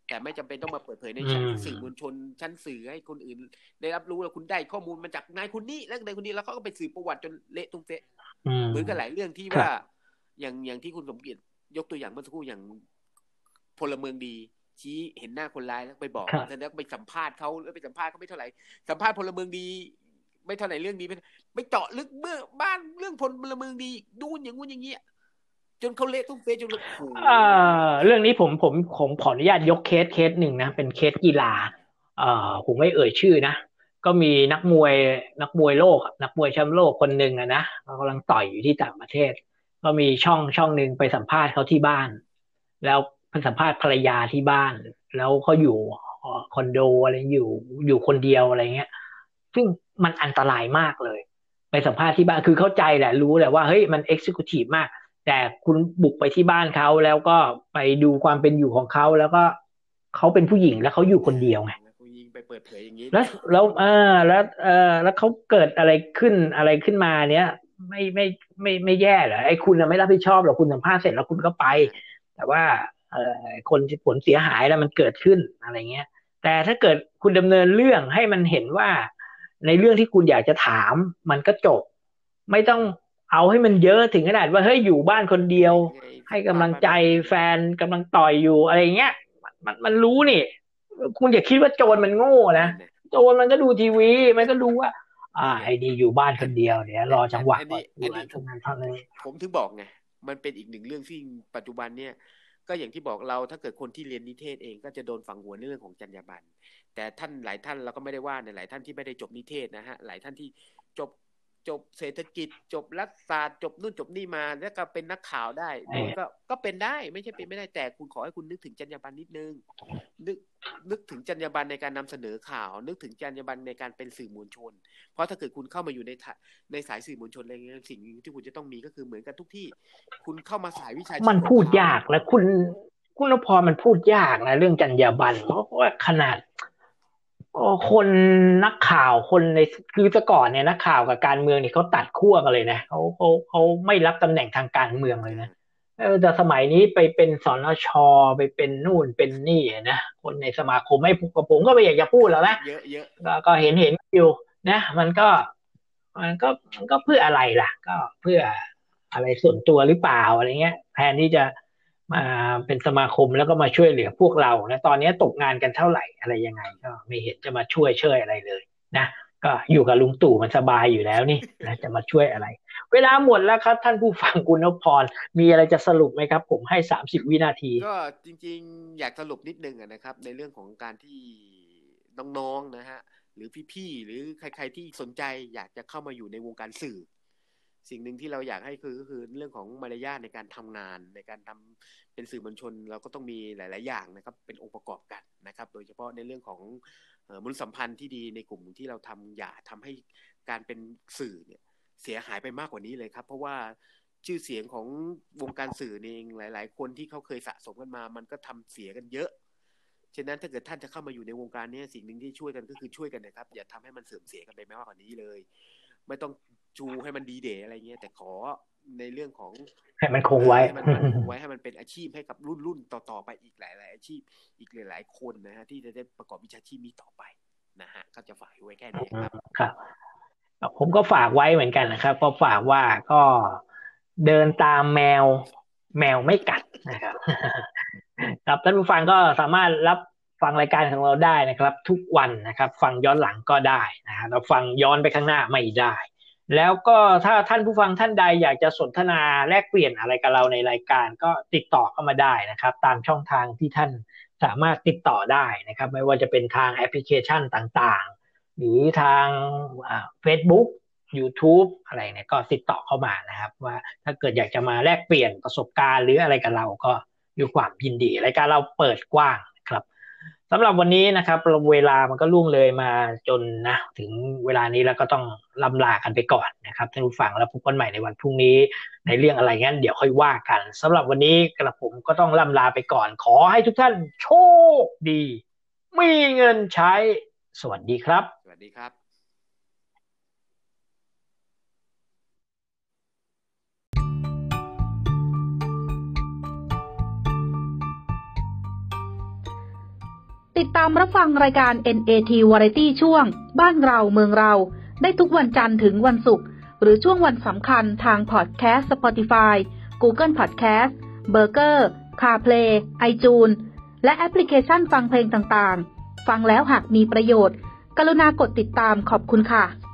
แต่ไม่จำเป็นต้องมาเปิดเผยในชั้นสื่อมวลชนชั้นสื่อให้คนอื่นได้รับรู้แล้วคุณได้ข้อมูลมาจากนายคนนี้แล้วนายคนนี้แล้วเขาก็ไปสืบประวัติจนเละตุ้มเป๊ะเหมือนกับหลายเรื่องที่ว่าอย่างอย่างที่คุณสมเกียรติยกตัวอย่างเมื่อสักครู่อย่างพลเมืองดีชี้เห็นหน้าคนร้ายแล้วไปบอกแล้วไปสัมภาษณ์เขาแล้วไปสัมภาษณ์เขาไม่เท่าไหร่สัมภาษณ์พลเมืองดีไม่เท่าไหร่เรื่องดีไปเจาะลึกเมื่อบ้านเรื่องพลเมืองดีดูอย่างงู้นอย่างเงี้ยจนเขาเละตุ้มเป๊ะจนโอ้เอ่อเรื่องนี้ผมผมผมขออนุญาตยกเคสเคสหนึ่งนะเป็นเคสกีฬาเอ่อผมไม่เอ่ยชื่อนะก็มีนักมวยนักมวยโลกนักมวยแชมป์โลกคนหนึ่งอะนะเขากำลังต่อยอยู่ที่ต่างประเทศก็มีช่องช่องหนึ่งไปสัมภาษณ์เขาที่บ้านแล้วไปสัมภาษณ์ภรรยาที่บ้านแล้วเขาอยู่คอนโดอะไรอยู่อยู่คนเดียวอะไรเงี้ยซึ่งมันอันตรายมากเลยไปสัมภาษณ์ที่บ้านคือเข้าใจแหละรู้แหละว่าเฮ้ยมันเอ็กซิคิวทีฟมากแต่คุณบุกไปที่บ้านเขาแล้วก็ไปดูความเป็นอยู่ของเขาแล้วก็เขาเป็นผู้หญิงแล้วเขาอยู่คนเดียวไงผู้หญิงไปเปิดเผยอย่างนี้แล้วแล้วเออแล้วเออแล้วเขาเกิดอะไรขึ้นอะไรขึ้นมาเนี้ยไม่ไม่ไม่ไม่แย่เหรอไอ้คุณน่ะไม่รับผิดชอบหรอกคุณสัมภาษณ์เสร็จแล้วคุณก็ไปแต่ว่าเออคนผลเสียหายแล้วมันเกิดขึ้นอะไรเงี้ยแต่ถ้าเกิดคุณดำเนินเรื่องให้มันเห็นว่าในเรื่องที่คุณอยากจะถามมันก็จบไม่ต้องเอาให้มันเยอะถึงขนาดว่าเฮ้ยอยู่บ้านคนเดียวให้กำลังใจแฟนกำลังต่อยอยู่อะไรเงี้ยมันมันรู้นี่คุณอย่าคิดว่าโจรมันโง่นะโจรมันก็ดูทีวีมันก็ดูว่าอ่าไอ้นี่อยู่บ้านคนเดียวเนี่ยรอจังหวะก่อนอันนี้ผมผมถึงบอกไงมันเป็นอีกหนึ่งเรื่องที่ปัจจุบันเนี่ยก็อย่างที่บอกเราถ้าเกิดคนที่เรียนนิเทศเองก็จะโดนฝังหัวในเรื่องของจรรยาบรรณแต่ท่านหลายท่านเราก็ไม่ได้ว่าในหลายท่านที่ไม่ได้จบนิเทศนะฮะหลายท่านที่จบจบเศรษฐกิจจบรัฐศาสตร์จบนู่นจบนี่มาแล้วก็เป็นนักข่าวได้ก็ก็เป็นได้ไม่ใช่เป็นไม่ได้แต่คุณขอให้คุณนึกถึงจรรยาบรรณนิดนึงนึกนึกถึงจรรยาบรรณในการนำเสนอข่าวนึกถึงจรรยาบรรณในการเป็นสื่อมวลชนเพราะถ้าเกิดคุณเข้ามาอยู่ในในสายสื่อมวลชนอะไรเงี้ยสิ่งที่คุณจะต้องมีก็คือเหมือนกันทุกที่คุณเข้ามาสายวิชามันพูดยากและคุณคุณนพพรมันพูดยากนะเรื่องจรรยาบรรณเพราะว่าขนาดคนนักข่าวคนในคือแต่ก่อนเนี่ยนักข่าวกับการเมืองเนี่ยเขาตัดขั้วกันเลยนะเขาเขาเขาไม่รับตำแหน่งทางการเมืองเลยนะเออแต่สมัยนี้ไปเป็นสนช.ไปเป็นนู่นเป็นนี่นะคนในสมาคมไม่พูดกับผมก็ไม่อยากจะพูดแล้วนะเยอะเยอะก็เห็นเห็นอยู่นะมันก็มันก็มันก็เพื่ออะไรล่ะก็เพื่ออะไรส่วนตัวหรือเปล่าอะไรเงี้ยแทนที่จะมาเป็นสมาคมแล้วก็มาช่วยเหลือพวกเรานะตอนนี้ตกงานกันเท่าไหร่อะไรยังไงก็ไม่เห็นจะมาช่วยเช่วยอะไรเลยนะก็อยู่กับลุงตู่มันสบายอยู่แล้วนี่นะจะมาช่วยอะไรเวลาหมดแล้วครับท่านผู้ฟังคุณนพพรมีอะไรจะสรุปไหมครับผมให้สามสิบวินาทีก็จริงๆอยากสรุปนิดนึงนะครับในเรื่องของการที่น้องๆนะฮะหรือพี่ๆหรือใครๆที่สนใจอยากจะเข้ามาอยู่ในวงการสื่อสิ่งหนึ่งที่เราอยากให้คือก็คือเรื่องของมารยาทในการทำงานในการทำเป็นสื่อมวลชนเราก็ต้องมีหลายๆอย่างนะครับเป็นองค์ประกอบกันนะครับโดยเฉพาะในเรื่องของมนุษยสัมพันธ์ที่ดีในกลุ่มที่เราทำอย่าทำให้การเป็นสื่อเนี่ยเสียหายไปมากกว่านี้เลยครับเพราะว่าชื่อเสียงของวงการสื่อเองหลายๆคนที่เขาเคยสะสมกันมามันก็ทำเสียกันเยอะฉะนั้นถ้าเกิดท่านจะเข้ามาอยู่ในวงการนี้สิ่งหนึ่งที่ช่วยกันก็คือช่วยกันนะครับอย่าทำให้มันเสื่อมเสียกันไปมากกว่านี้เลยไม่ต้องจูให้มันดีเดย์อะไรเงี้ยแต่ขอในเรื่องของให้มันคงไว้ให้มันคงไว้ให้มันเป็นอาชีพให้กับรุ่นรุ่นต่อๆไปอีกหลายๆอาชีพอีกหลายๆคนนะฮะที่จะได้ประกอบวิชาชีพนี้ต่อไปนะฮะก็จะฝากไว้แค่นี้ครับครับผมก็ฝากไว้เหมือนกันนะครับก็ฝากว่าก็เดินตามแมวแมวไม่กัดนะครับครับท่านผู้ฟังก็สามารถรับฟังรายการของเราได้นะครับทุกวันนะครับฟังย้อนหลังก็ได้นะฮะเราฟังย้อนไปข้างหน้าไม่ได้แล้วก็ถ้าท่านผู้ฟังท่านใดอยากจะสนทนาแลกเปลี่ยนอะไรกับเราในรายการก็ติดต่อเข้ามาได้นะครับตามช่องทางที่ท่านสามารถติดต่อได้นะครับไม่ว่าจะเป็นทางแอปพลิเคชันต่างๆหรือทางอ่า Facebook YouTube อะไรเนี่ยก็ติดต่อเข้ามานะครับว่าถ้าเกิดอยากจะมาแลกเปลี่ยนประสบการณ์หรืออะไรกับเราก็ด้วยความยินดีรายการเราเปิดกว้างนะครับสำหรับวันนี้นะครับเวลามันก็ล่วงเลยมาจนนะถึงเวลานี้แล้วก็ต้องล่ำลากันไปก่อนนะครับท่านผู้ฟังแล้วพบกันใหม่ในวันพรุ่งนี้ในเรื่องอะไรงั้นเดี๋ยวค่อยว่ากันสำหรับวันนี้กระผมก็ต้องล่ำลาไปก่อนขอให้ทุกท่านโชคดีมีเงินใช้สวัสดีครับสวัสดีครับติดตามรับฟังรายการ เอ็น เอ ที Variety ช่วงบ้านเราเมืองเราได้ทุกวันจันทร์ถึงวันศุกร์หรือช่วงวันสำคัญทางพอดแคสต์ Spotify Google Podcast Breaker CarPlay iTunes และแอปพลิเคชันฟังเพลงต่างๆฟังแล้วหากมีประโยชน์กรุณากดติดตามขอบคุณค่ะ